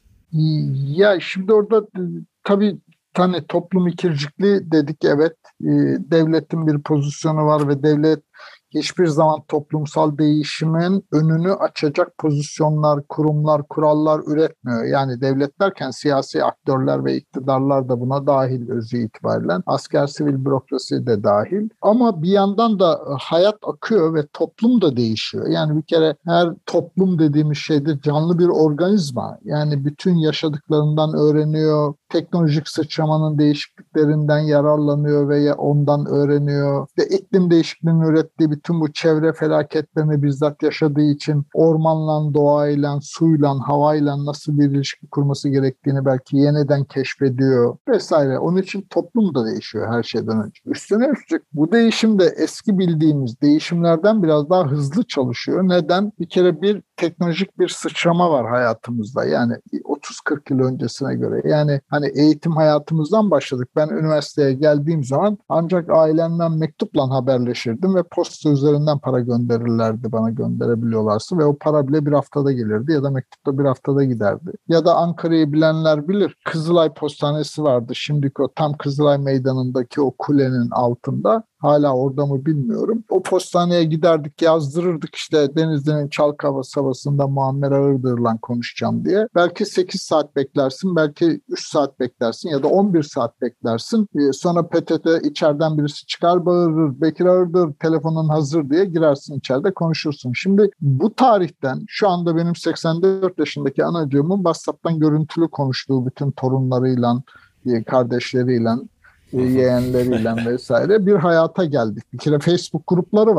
Ya şimdi orada tabii tane toplum ikircikliği dedik, evet. E, devletin bir pozisyonu var ve devlet hiçbir zaman toplumsal değişimin önünü açacak pozisyonlar, kurumlar, kurallar üretmiyor. Yani devlet derken siyasi aktörler ve iktidarlar da buna dahil özü itibariyle. Asker, sivil bürokrasi de dahil. Ama bir yandan da hayat akıyor ve toplum da değişiyor. Yani bir kere her toplum dediğimiz şeyde canlı bir organizma. Yani bütün yaşadıklarından öğreniyor, teknolojik sıçramanın değişikliklerinden yararlanıyor ve ondan öğreniyor. İşte iklim değişikliğinin ürettiği bütün bu çevre felaketlerini bizzat yaşadığı için ormanla, doğayla, suyla, havayla nasıl bir ilişki kurması gerektiğini belki yeniden keşfediyor vesaire. Onun için toplum da değişiyor her şeyden önce. Üstüne üstlük bu değişim de eski bildiğimiz değişimlerden biraz daha hızlı çalışıyor. Neden? Bir kere bir teknolojik bir sıçrama var hayatımızda. Yani otuz kırk yıl öncesine göre. Yani hani eğitim hayatımızdan başladık. Ben üniversiteye geldiğim zaman ancak ailemden mektupla haberleşirdim ve posta üzerinden para gönderirlerdi, bana gönderebiliyorlarsa, ve o para bile bir haftada gelirdi ya da mektupta bir haftada giderdi. Ya da Ankara'yı bilenler bilir. Kızılay Postanesi vardı. Şimdiki o tam Kızılay Meydanı'ndaki o kulenin altında. Hala orada mı bilmiyorum. O postaneye giderdik, yazdırırdık işte Denizli'nin Çalkava Savası'nda Muammer Ağırdır'la konuşacağım diye. Belki sekiz saat beklersin, belki üç saat beklersin ya da on bir saat beklersin. Ee, sonra P T T içeriden birisi çıkar bağırır, Bekir Ağırdır telefonun hazır diye girersin içeride konuşursun. Şimdi bu tarihten şu anda benim seksen dört yaşındaki anacığımın WhatsApp'tan görüntülü konuştuğu bütün torunlarıyla, kardeşleriyle, yeğenleriyle vesaire bir hayata geldik. Bir kere Facebook grupları var.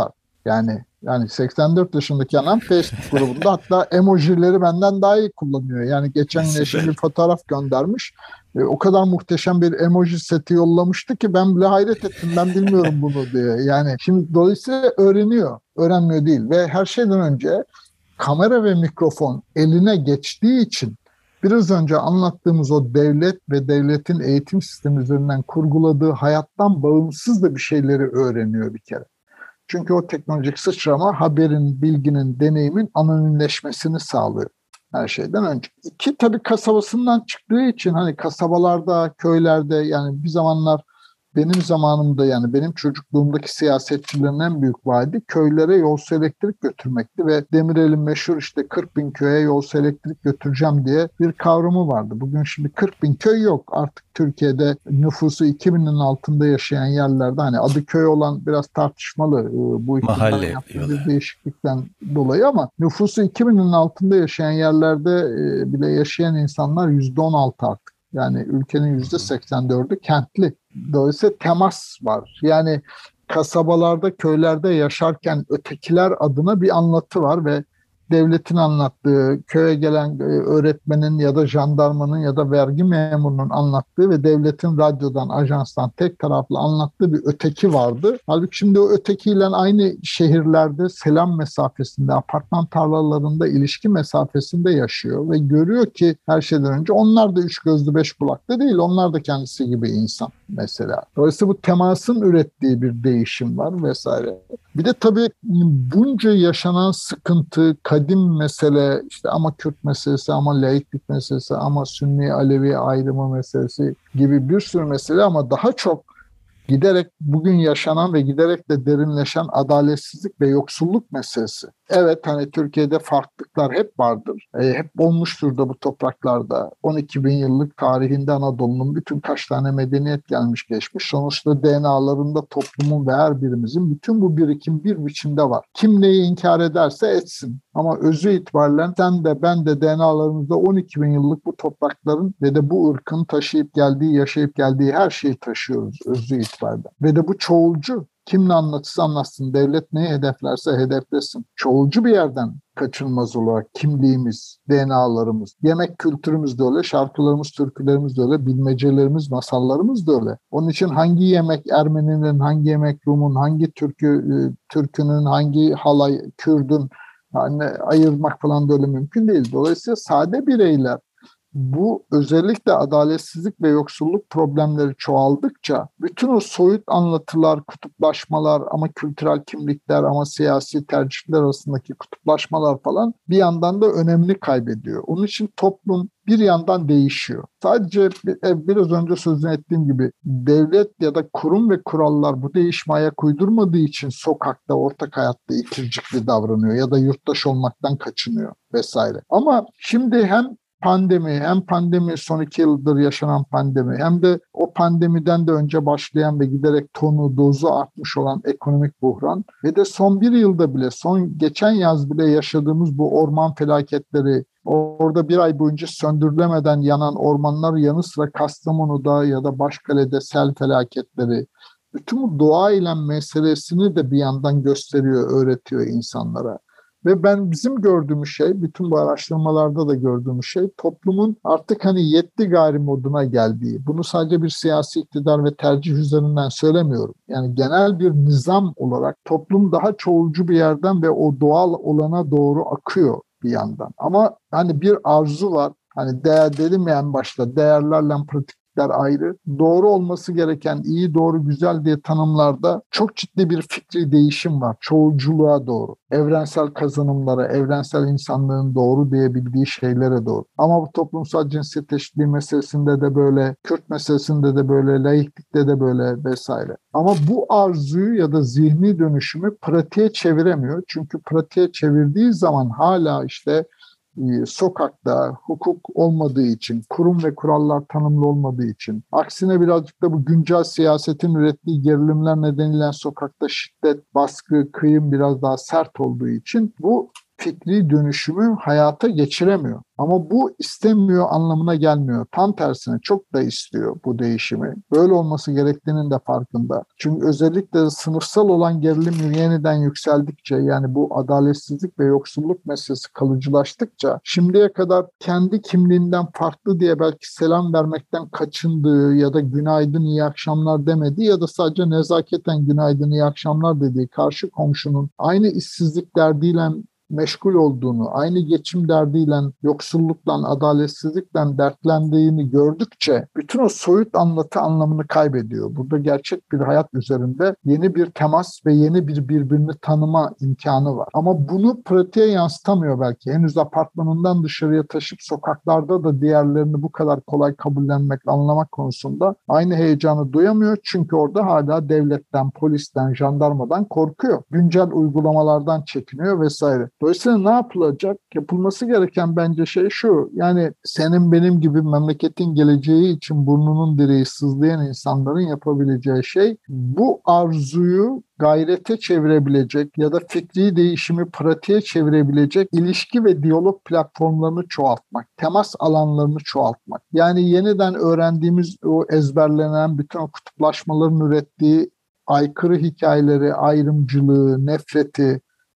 Yani yani seksen dört yaşındaki anam Facebook grubunda, hatta emojileri benden daha iyi kullanıyor. Yani geçen gün eşim Süper. bir fotoğraf göndermiş. E, o kadar muhteşem bir emoji seti yollamıştı ki ben bile hayret ettim. Ben bilmiyorum bunu diye. Yani şimdi dolayısıyla öğreniyor. Öğrenmiyor değil. Ve her şeyden önce kamera ve mikrofon eline geçtiği için biraz önce anlattığımız o devlet ve devletin eğitim sistemi üzerinden kurguladığı hayattan bağımsız da bir şeyleri öğreniyor bir kere. Çünkü o teknolojik sıçrama haberin, bilginin, deneyimin anonimleşmesini sağlıyor her şeyden önce. İki, tabii kasabasından çıktığı için hani kasabalarda, köylerde, yani bir zamanlar benim zamanımda, yani benim çocukluğumdaki siyasetçilerin en büyük vaadi köylere yolsuz elektrik götürmekti ve Demirel'in meşhur işte kırk bin köye yolsuz elektrik götüreceğim diye bir kavramı vardı. Bugün şimdi kırk bin köy yok. Artık Türkiye'de nüfusu iki binin altında yaşayan yerlerde, hani adı köy olan biraz tartışmalı bu iktidarın Mahalle yaptığı diyorlar. bir değişiklikten dolayı, ama nüfusu iki binin altında yaşayan yerlerde bile yaşayan insanlar yüzde on altı artık. Yani ülkenin yüzde seksen dördü kentli. Dolayısıyla temas var. Yani kasabalarda, köylerde yaşarken ötekiler adına bir anlatı var ve devletin anlattığı, köye gelen öğretmenin ya da jandarmanın ya da vergi memurunun anlattığı ve devletin radyodan, ajanstan tek taraflı anlattığı bir öteki vardı. Halbuki şimdi o ötekiyle aynı şehirlerde selam mesafesinde, apartman tarlalarında ilişki mesafesinde yaşıyor ve görüyor ki her şeyden önce onlar da üç gözlü beş kulaklı değil, onlar da kendisi gibi insan mesela. Dolayısıyla bu temasın ürettiği bir değişim var vesaire. Bir de tabii bunca yaşanan sıkıntı, kadim mesele, işte ama Kürt meselesi, ama laiklik meselesi, ama Sünni Alevi ayrımı meselesi gibi bir sürü mesele, ama daha çok giderek bugün yaşanan ve giderek de derinleşen adaletsizlik ve yoksulluk meselesi. Evet, hani Türkiye'de farklılıklar hep vardır. E, hep olmuştur da bu topraklarda. on iki bin yıllık tarihinde Anadolu'nun bütün kaç tane medeniyet gelmiş geçmiş. Sonuçta D N A'larında toplumun ve her birimizin bütün bu birikim bir biçimde var. Kim neyi inkar ederse etsin. Ama özü itibariyle sen de ben de D N A'larımızda on iki bin yıllık bu toprakların ve de bu ırkın taşıyıp geldiği, yaşayıp geldiği her şeyi taşıyoruz özü itibariyle. Ve de bu çoğulcu. Kim ne anlatırsa anlatsın, devlet neyi hedeflerse hedeflesin. Çoğulcu bir yerden kaçınılmaz olarak kimliğimiz, D N A'larımız, yemek kültürümüz de öyle, şarkılarımız, türkülerimiz de öyle, bilmecelerimiz, masallarımız da öyle. Onun için hangi yemek Ermeninin, hangi yemek Rum'un, hangi türkü Türk'ünün, hangi halay Kürd'ün, yani ayırmak falan böyle mümkün değil. Dolayısıyla sade bireyler bu özellikle adaletsizlik ve yoksulluk problemleri çoğaldıkça bütün o soyut anlatılar, kutuplaşmalar, ama kültürel kimlikler, ama siyasi tercihler arasındaki kutuplaşmalar falan bir yandan da önemini kaybediyor. Onun için toplum bir yandan değişiyor. Sadece biraz önce sözünü ettiğim gibi devlet ya da kurum ve kurallar bu değişime ayak uydurmadığı için sokakta, ortak hayatta ikircikli davranıyor ya da yurttaş olmaktan kaçınıyor vesaire. Ama şimdi hem pandemi, hem pandemi son iki yıldır yaşanan pandemi, hem de o pandemiden de önce başlayan ve giderek tonu, dozu artmış olan ekonomik buhran ve de son bir yılda bile, son geçen yaz bile yaşadığımız bu orman felaketleri, orada bir ay boyunca söndürülemeden yanan ormanlar yanı sıra Kastamonu'da ya da Başkale'de sel felaketleri, bütün bu doğa ile meselesini de bir yandan gösteriyor, öğretiyor insanlara. Ve ben bizim gördüğümüz şey, bütün bu araştırmalarda da gördüğümüz şey, toplumun artık hani yetti gari moduna geldiği. Bunu sadece bir siyasi iktidar ve tercih üzerinden söylemiyorum. Yani genel bir nizam olarak toplum daha çoğulcu bir yerden ve o doğal olana doğru akıyor bir yandan. Ama hani bir arzu var. Hani değer dedim ya en başta, değerlerle pratik ayrı. Doğru olması gereken, iyi, doğru, güzel diye tanımlarda çok ciddi bir fikri değişim var. Çoğulculuğa doğru. Evrensel kazanımlara, evrensel insanlığın doğru diyebildiği şeylere doğru. Ama bu toplumsal cinsiyet eşitliği meselesinde de böyle, Kürt meselesinde de böyle, laiklikte de böyle vesaire. Ama bu arzuyu ya da zihni dönüşümü pratiğe çeviremiyor. Çünkü pratiğe çevirdiği zaman hala işte sokakta hukuk olmadığı için, kurum ve kurallar tanımlı olmadığı için, aksine birazcık da bu güncel siyasetin ürettiği gerilimler nedeniyle sokakta şiddet, baskı, kıyım biraz daha sert olduğu için bu fikri dönüşümü hayata geçiremiyor. Ama bu istemiyor anlamına gelmiyor. Tam tersine çok da istiyor bu değişimi. Böyle olması gerektiğinin de farkında. Çünkü özellikle sınıfsal olan gerilim yeniden yükseldikçe, yani bu adaletsizlik ve yoksulluk meselesi kalıcılaştıkça, şimdiye kadar kendi kimliğinden farklı diye belki selam vermekten kaçındığı ya da günaydın iyi akşamlar demediği ya da sadece nezaketen günaydın iyi akşamlar dediği karşı komşunun aynı işsizlik derdiyle meşgul olduğunu, aynı geçim derdiyle, yoksullukla, adaletsizlikle dertlendiğini gördükçe bütün o soyut anlatı anlamını kaybediyor. Burada gerçek bir hayat üzerinde yeni bir temas ve yeni bir birbirini tanıma imkanı var. Ama bunu pratiğe yansıtamıyor belki. Henüz apartmanından dışarıya taşıp sokaklarda da diğerlerini bu kadar kolay kabullenmek, anlamak konusunda aynı heyecanı duyamıyor. Çünkü orada hala devletten, polisten, jandarmadan korkuyor. Güncel uygulamalardan çekiniyor vesaire. Dolayısıyla ne yapılacak? Yapılması gereken bence şey şu, yani senin benim gibi memleketin geleceği için burnunun direği sızlayan insanların yapabileceği şey, bu arzuyu gayrete çevirebilecek ya da fikri değişimi pratiğe çevirebilecek ilişki ve diyalog platformlarını çoğaltmak, temas alanlarını çoğaltmak. Yani yeniden öğrendiğimiz o ezberlenen bütün o kutuplaşmaların ürettiği aykırı hikayeleri, ayrımcılığı, nefreti,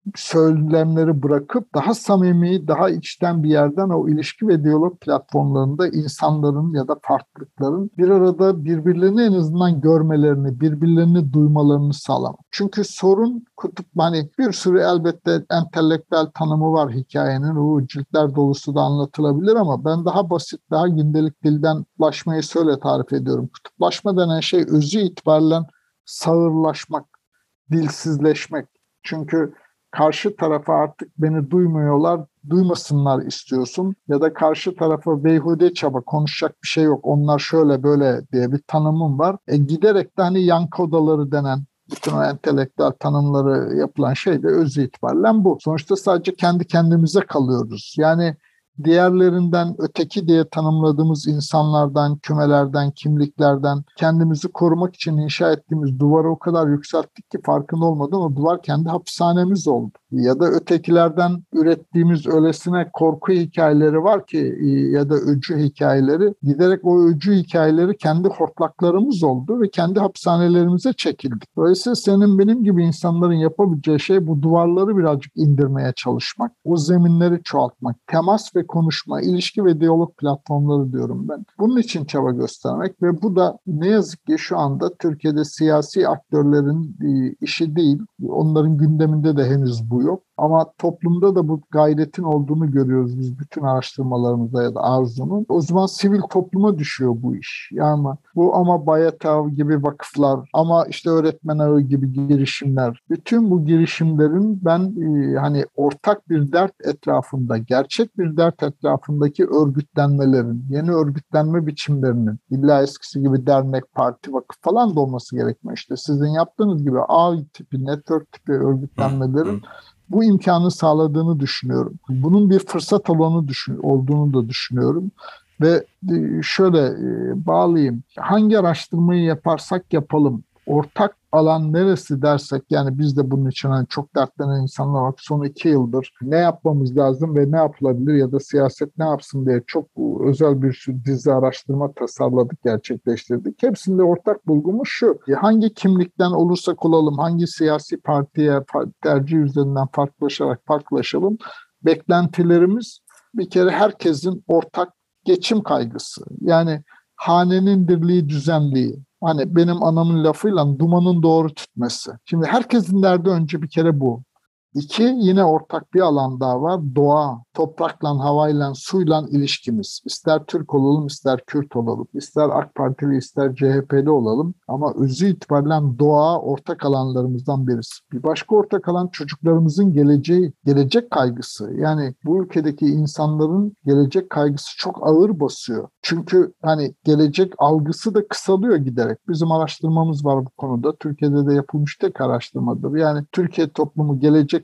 söylemleri bırakıp daha samimi, daha içten bir yerden o ilişki ve diyalog platformlarında insanların ya da farklılıkların bir arada birbirlerini en azından görmelerini, birbirlerini duymalarını sağlamak. Çünkü sorun kutup, hani bir sürü elbette entelektüel tanımı var hikayenin, o ciltler dolusu da anlatılabilir ama ben daha basit, daha gündelik dilden ulaşmayı şöyle tarif ediyorum. Kutuplaşma denen şey özü itibariyle sağırlaşmak, dilsizleşmek. Çünkü karşı tarafa artık beni duymuyorlar, duymasınlar istiyorsun ya da karşı tarafa beyhude çaba, konuşacak bir şey yok, onlar şöyle böyle diye bir tanımım var. E giderek de hani yankı odaları denen bütün o entelektüel tanımları yapılan şey de özü itibariyle bu. Sonuçta sadece kendi kendimize kalıyoruz. Yani diğerlerinden, öteki diye tanımladığımız insanlardan, kümelerden, kimliklerden kendimizi korumak için inşa ettiğimiz duvarı o kadar yükselttik ki farkında olmadan o duvar kendi hapishanemiz oldu. Ya da ötekilerden ürettiğimiz öylesine korku hikayeleri var ki ya da öcü hikayeleri, giderek o öcü hikayeleri kendi hortlaklarımız oldu ve kendi hapishanelerimize çekildik. Dolayısıyla senin benim gibi insanların yapabileceği şey bu duvarları birazcık indirmeye çalışmak, o zeminleri çoğaltmak, temas ve konuşma, ilişki ve diyalog platformları diyorum ben. Bunun için çaba göstermek ve bu da ne yazık ki şu anda Türkiye'de siyasi aktörlerin işi değil. Onların gündeminde de henüz bu yok. Ama toplumda da bu gayretin olduğunu görüyoruz biz bütün araştırmalarımızda ya da arzunun. O zaman sivil topluma düşüyor bu iş. Yani bu ama Bayatav gibi vakıflar, ama işte öğretmen ağı gibi girişimler. Bütün bu girişimlerin ben e, hani ortak bir dert etrafında, gerçek bir dert etrafındaki örgütlenmelerin, yeni örgütlenme biçimlerinin, illa eskisi gibi dernek, parti, vakıf falan da olması gerekmiyor. İşte sizin yaptığınız gibi ağ tipi, network tipi örgütlenmelerin bu imkanı sağladığını düşünüyorum. Bunun bir fırsat alanı düşün, olduğunu da düşünüyorum. Ve şöyle bağlayayım. Hangi araştırmayı yaparsak yapalım, ortak alan neresi dersek, yani biz de bunun için hani çok dertlenen insanlar var. Son iki yıldır ne yapmamız lazım ve ne yapılabilir ya da siyaset ne yapsın diye çok özel bir dizi araştırma tasarladık, gerçekleştirdik. Hepsinde ortak bulgumuz şu: hangi kimlikten olursak olalım, hangi siyasi partiye tercih üzerinden farklılaşarak farklılaşalım, beklentilerimiz bir kere herkesin ortak geçim kaygısı. Yani hanenin dirliği, düzenliği. Hani benim anamın lafıyla dumanın doğru tütmesi. Şimdi herkesin derdi önce bir kere bu. İki, yine ortak bir alan daha var. Doğa, toprakla, havayla, suyla ilişkimiz. İster Türk olalım, ister Kürt olalım, ister AK Partili, ister C H P'li olalım. Ama özü itibariyle doğa ortak alanlarımızdan birisi. Bir başka ortak alan çocuklarımızın geleceği, gelecek kaygısı. Yani bu ülkedeki insanların gelecek kaygısı çok ağır basıyor. Çünkü hani gelecek algısı da kısalıyor giderek. Bizim araştırmamız var bu konuda. Türkiye'de de yapılmış tek araştırmadır. Yani Türkiye toplumu gelecek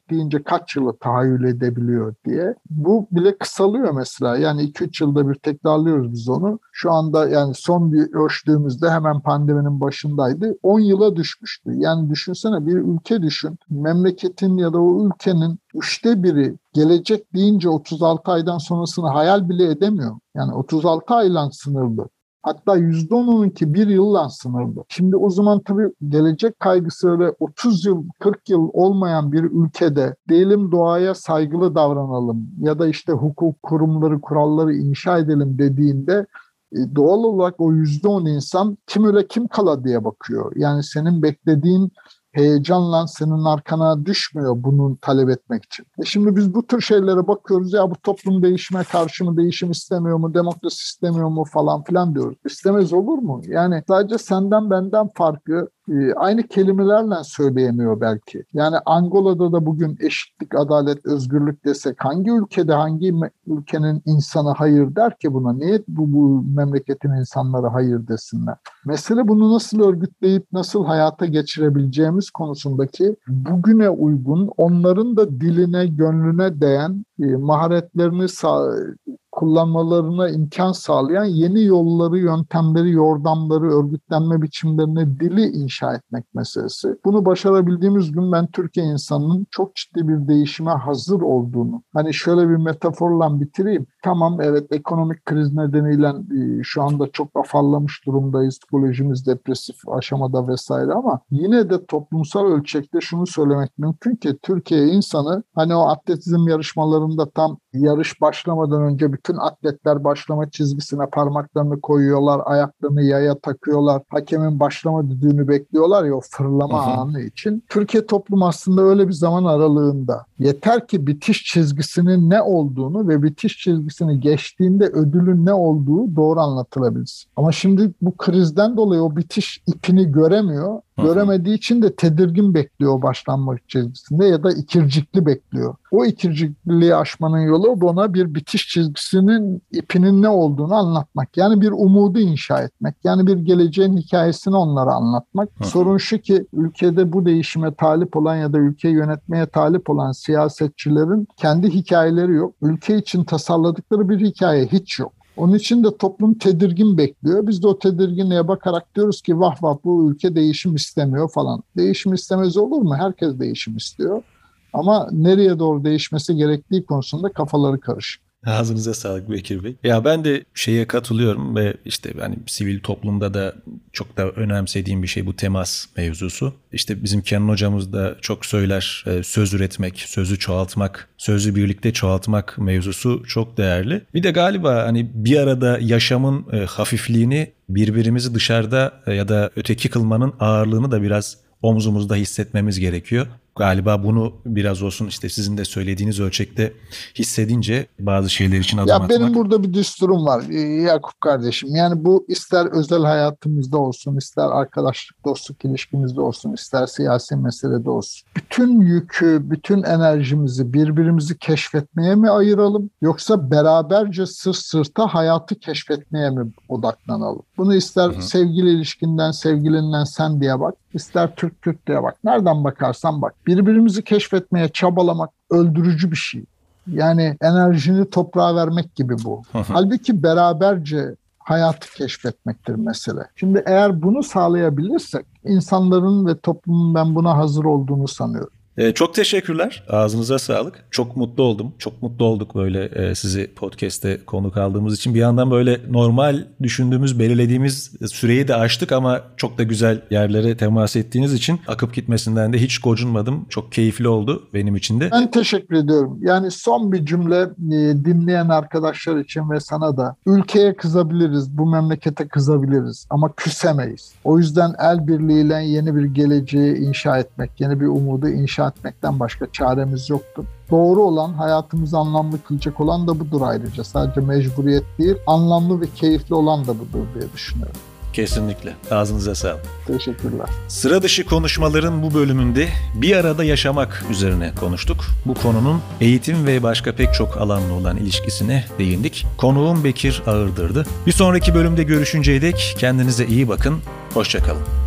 gelecek deyince kaç yılı tahayyül edebiliyor diye. Bu bile kısalıyor mesela. Yani iki üç yılda bir tekrarlıyoruz biz onu. Şu anda yani son bir ölçtüğümüzde hemen pandeminin başındaydı. on yıla düşmüştü. Yani düşünsene, bir ülke düşün. Memleketin ya da o ülkenin üçte biri gelecek deyince otuz altı aydan sonrasını hayal bile edemiyor. Yani otuz altı ayla sınırlı. Hatta yüzde onunki bir yılla sınırlı. Şimdi o zaman tabii gelecek kaygısı öyle otuz yıl, kırk yıl olmayan bir ülkede diyelim doğaya saygılı davranalım ya da işte hukuk kurumları, kuralları inşa edelim dediğinde doğal olarak o yüzde on insan kim öyle kim kala diye bakıyor. Yani senin beklediğin heyecanla senin arkana düşmüyor bunu talep etmek için. E şimdi biz bu tür şeylere bakıyoruz, ya bu toplum değişime karşı mı, değişim istemiyor mu, demokrasi istemiyor mu falan filan diyoruz. İstemez olur mu? Yani sadece senden benden farkı e, aynı kelimelerle söyleyemiyor belki. Yani Angola'da da bugün eşitlik, adalet, özgürlük desek hangi ülkede, hangi ülkenin insanı hayır der ki buna? Niye bu, bu memleketin insanları hayır desinler? Mesele bunu nasıl örgütleyip nasıl hayata geçirebileceğimiz konusundaki bugüne uygun, onların da diline, gönlüne değen, e, maharetlerini sağ, kullanmalarına imkan sağlayan yeni yolları, yöntemleri, yordamları, örgütlenme biçimlerini, dili inşa etmek meselesi. Bunu başarabildiğimiz gün ben Türkiye insanının çok ciddi bir değişime hazır olduğunu, hani şöyle bir metaforla bitireyim. Tamam, evet, ekonomik kriz nedeniyle şu anda çok afallamış durumdayız. Psikolojimiz depresif aşamada vesaire, ama yine de toplumsal ölçekte şunu söylemek mümkün ki Türkiye insanı, hani o atletizm yarışmalarında tam yarış başlamadan önce bütün atletler başlama çizgisine parmaklarını koyuyorlar, ayaklarını yaya takıyorlar, hakemin başlama düdüğünü bekliyorlar ya o fırlama Aha. anı için. Türkiye toplumu aslında öyle bir zaman aralığında. Yeter ki bitiş çizgisinin ne olduğunu ve bitiş çizgisini geçtiğinde ödülün ne olduğu doğru anlatılabilsin. Ama şimdi bu krizden dolayı o bitiş ipini göremiyor. Hı hı. Göremediği için de tedirgin bekliyor o başlanma çizgisinde ya da ikircikli bekliyor. O ikircikliği aşmanın yolu buna bir bitiş çizgisinin ipinin ne olduğunu anlatmak. Yani bir umudu inşa etmek. Yani bir geleceğin hikayesini onlara anlatmak. Hı hı. Sorun şu ki ülkede bu değişime talip olan ya da ülkeyi yönetmeye talip olan siyasetçilerin kendi hikayeleri yok. Ülke için tasarladıkları bir hikaye hiç yok. Onun için de toplum tedirgin bekliyor. Biz de o tedirginliğe bakarak diyoruz ki vah vah bu ülke değişim istemiyor falan. Değişim istemez olur mu? Herkes değişim istiyor. Ama nereye doğru değişmesi gerektiği konusunda kafaları karışık. Ağzınıza sağlık Bekir Bey. Ya ben de şeye katılıyorum ve işte hani sivil toplumda da çok da önemsediğim bir şey bu temas mevzusu. İşte bizim Kenan hocamız da çok söyler, söz üretmek, sözü çoğaltmak, sözü birlikte çoğaltmak mevzusu çok değerli. Bir de galiba hani bir arada yaşamın hafifliğini, birbirimizi dışarıda ya da öteki kılmanın ağırlığını da biraz omzumuzda hissetmemiz gerekiyor. Galiba bunu biraz olsun işte sizin de söylediğiniz ölçekte hissedince bazı şeyler için adım ya atmak. Benim burada bir düsturum var Yakup kardeşim. Yani bu ister özel hayatımızda olsun, ister arkadaşlık, dostluk ilişkimizde olsun, ister siyasi meselede olsun. Bütün yükü, bütün enerjimizi birbirimizi keşfetmeye mi ayıralım? Yoksa beraberce sırt sırta hayatı keşfetmeye mi odaklanalım? Bunu ister hı hı. sevgili ilişkinden, sevgilinden sen diye bak, ister Türk Türk diye bak. Nereden bakarsan bak. Birbirimizi keşfetmeye çabalamak öldürücü bir şey. Yani enerjini toprağa vermek gibi bu. Halbuki beraberce hayatı keşfetmektir mesele. Şimdi eğer bunu sağlayabilirsek insanların ve toplumun ben buna hazır olduğunu sanıyorum. Ee, çok teşekkürler. Ağzınıza sağlık. Çok mutlu oldum. Çok mutlu olduk böyle e, sizi podcast'te konuk aldığımız için. Bir yandan böyle normal düşündüğümüz, belirlediğimiz süreyi de aştık ama çok da güzel yerlere temas ettiğiniz için akıp gitmesinden de hiç gocunmadım. Çok keyifli oldu benim için de. Ben teşekkür ediyorum. Yani son bir cümle e, dinleyen arkadaşlar için ve sana da. Ülkeye kızabiliriz, bu memlekete kızabiliriz ama küsemeyiz. O yüzden el birliğiyle yeni bir geleceği inşa etmek, yeni bir umudu inşa etmekten başka çaremiz yoktur. Doğru olan, hayatımızı anlamlı kılacak olan da budur ayrıca. Sadece mecburiyet değil, anlamlı ve keyifli olan da budur diye düşünüyorum. Kesinlikle. Ağzınıza sağlık. Teşekkürler. Sıra dışı konuşmaların bu bölümünde bir arada yaşamak üzerine konuştuk. Bu konunun eğitim ve başka pek çok alanla olan ilişkisine değindik. Konuğum Bekir Ağırdır'dı. Bir sonraki bölümde görüşünceye dek kendinize iyi bakın. Hoşça kalın.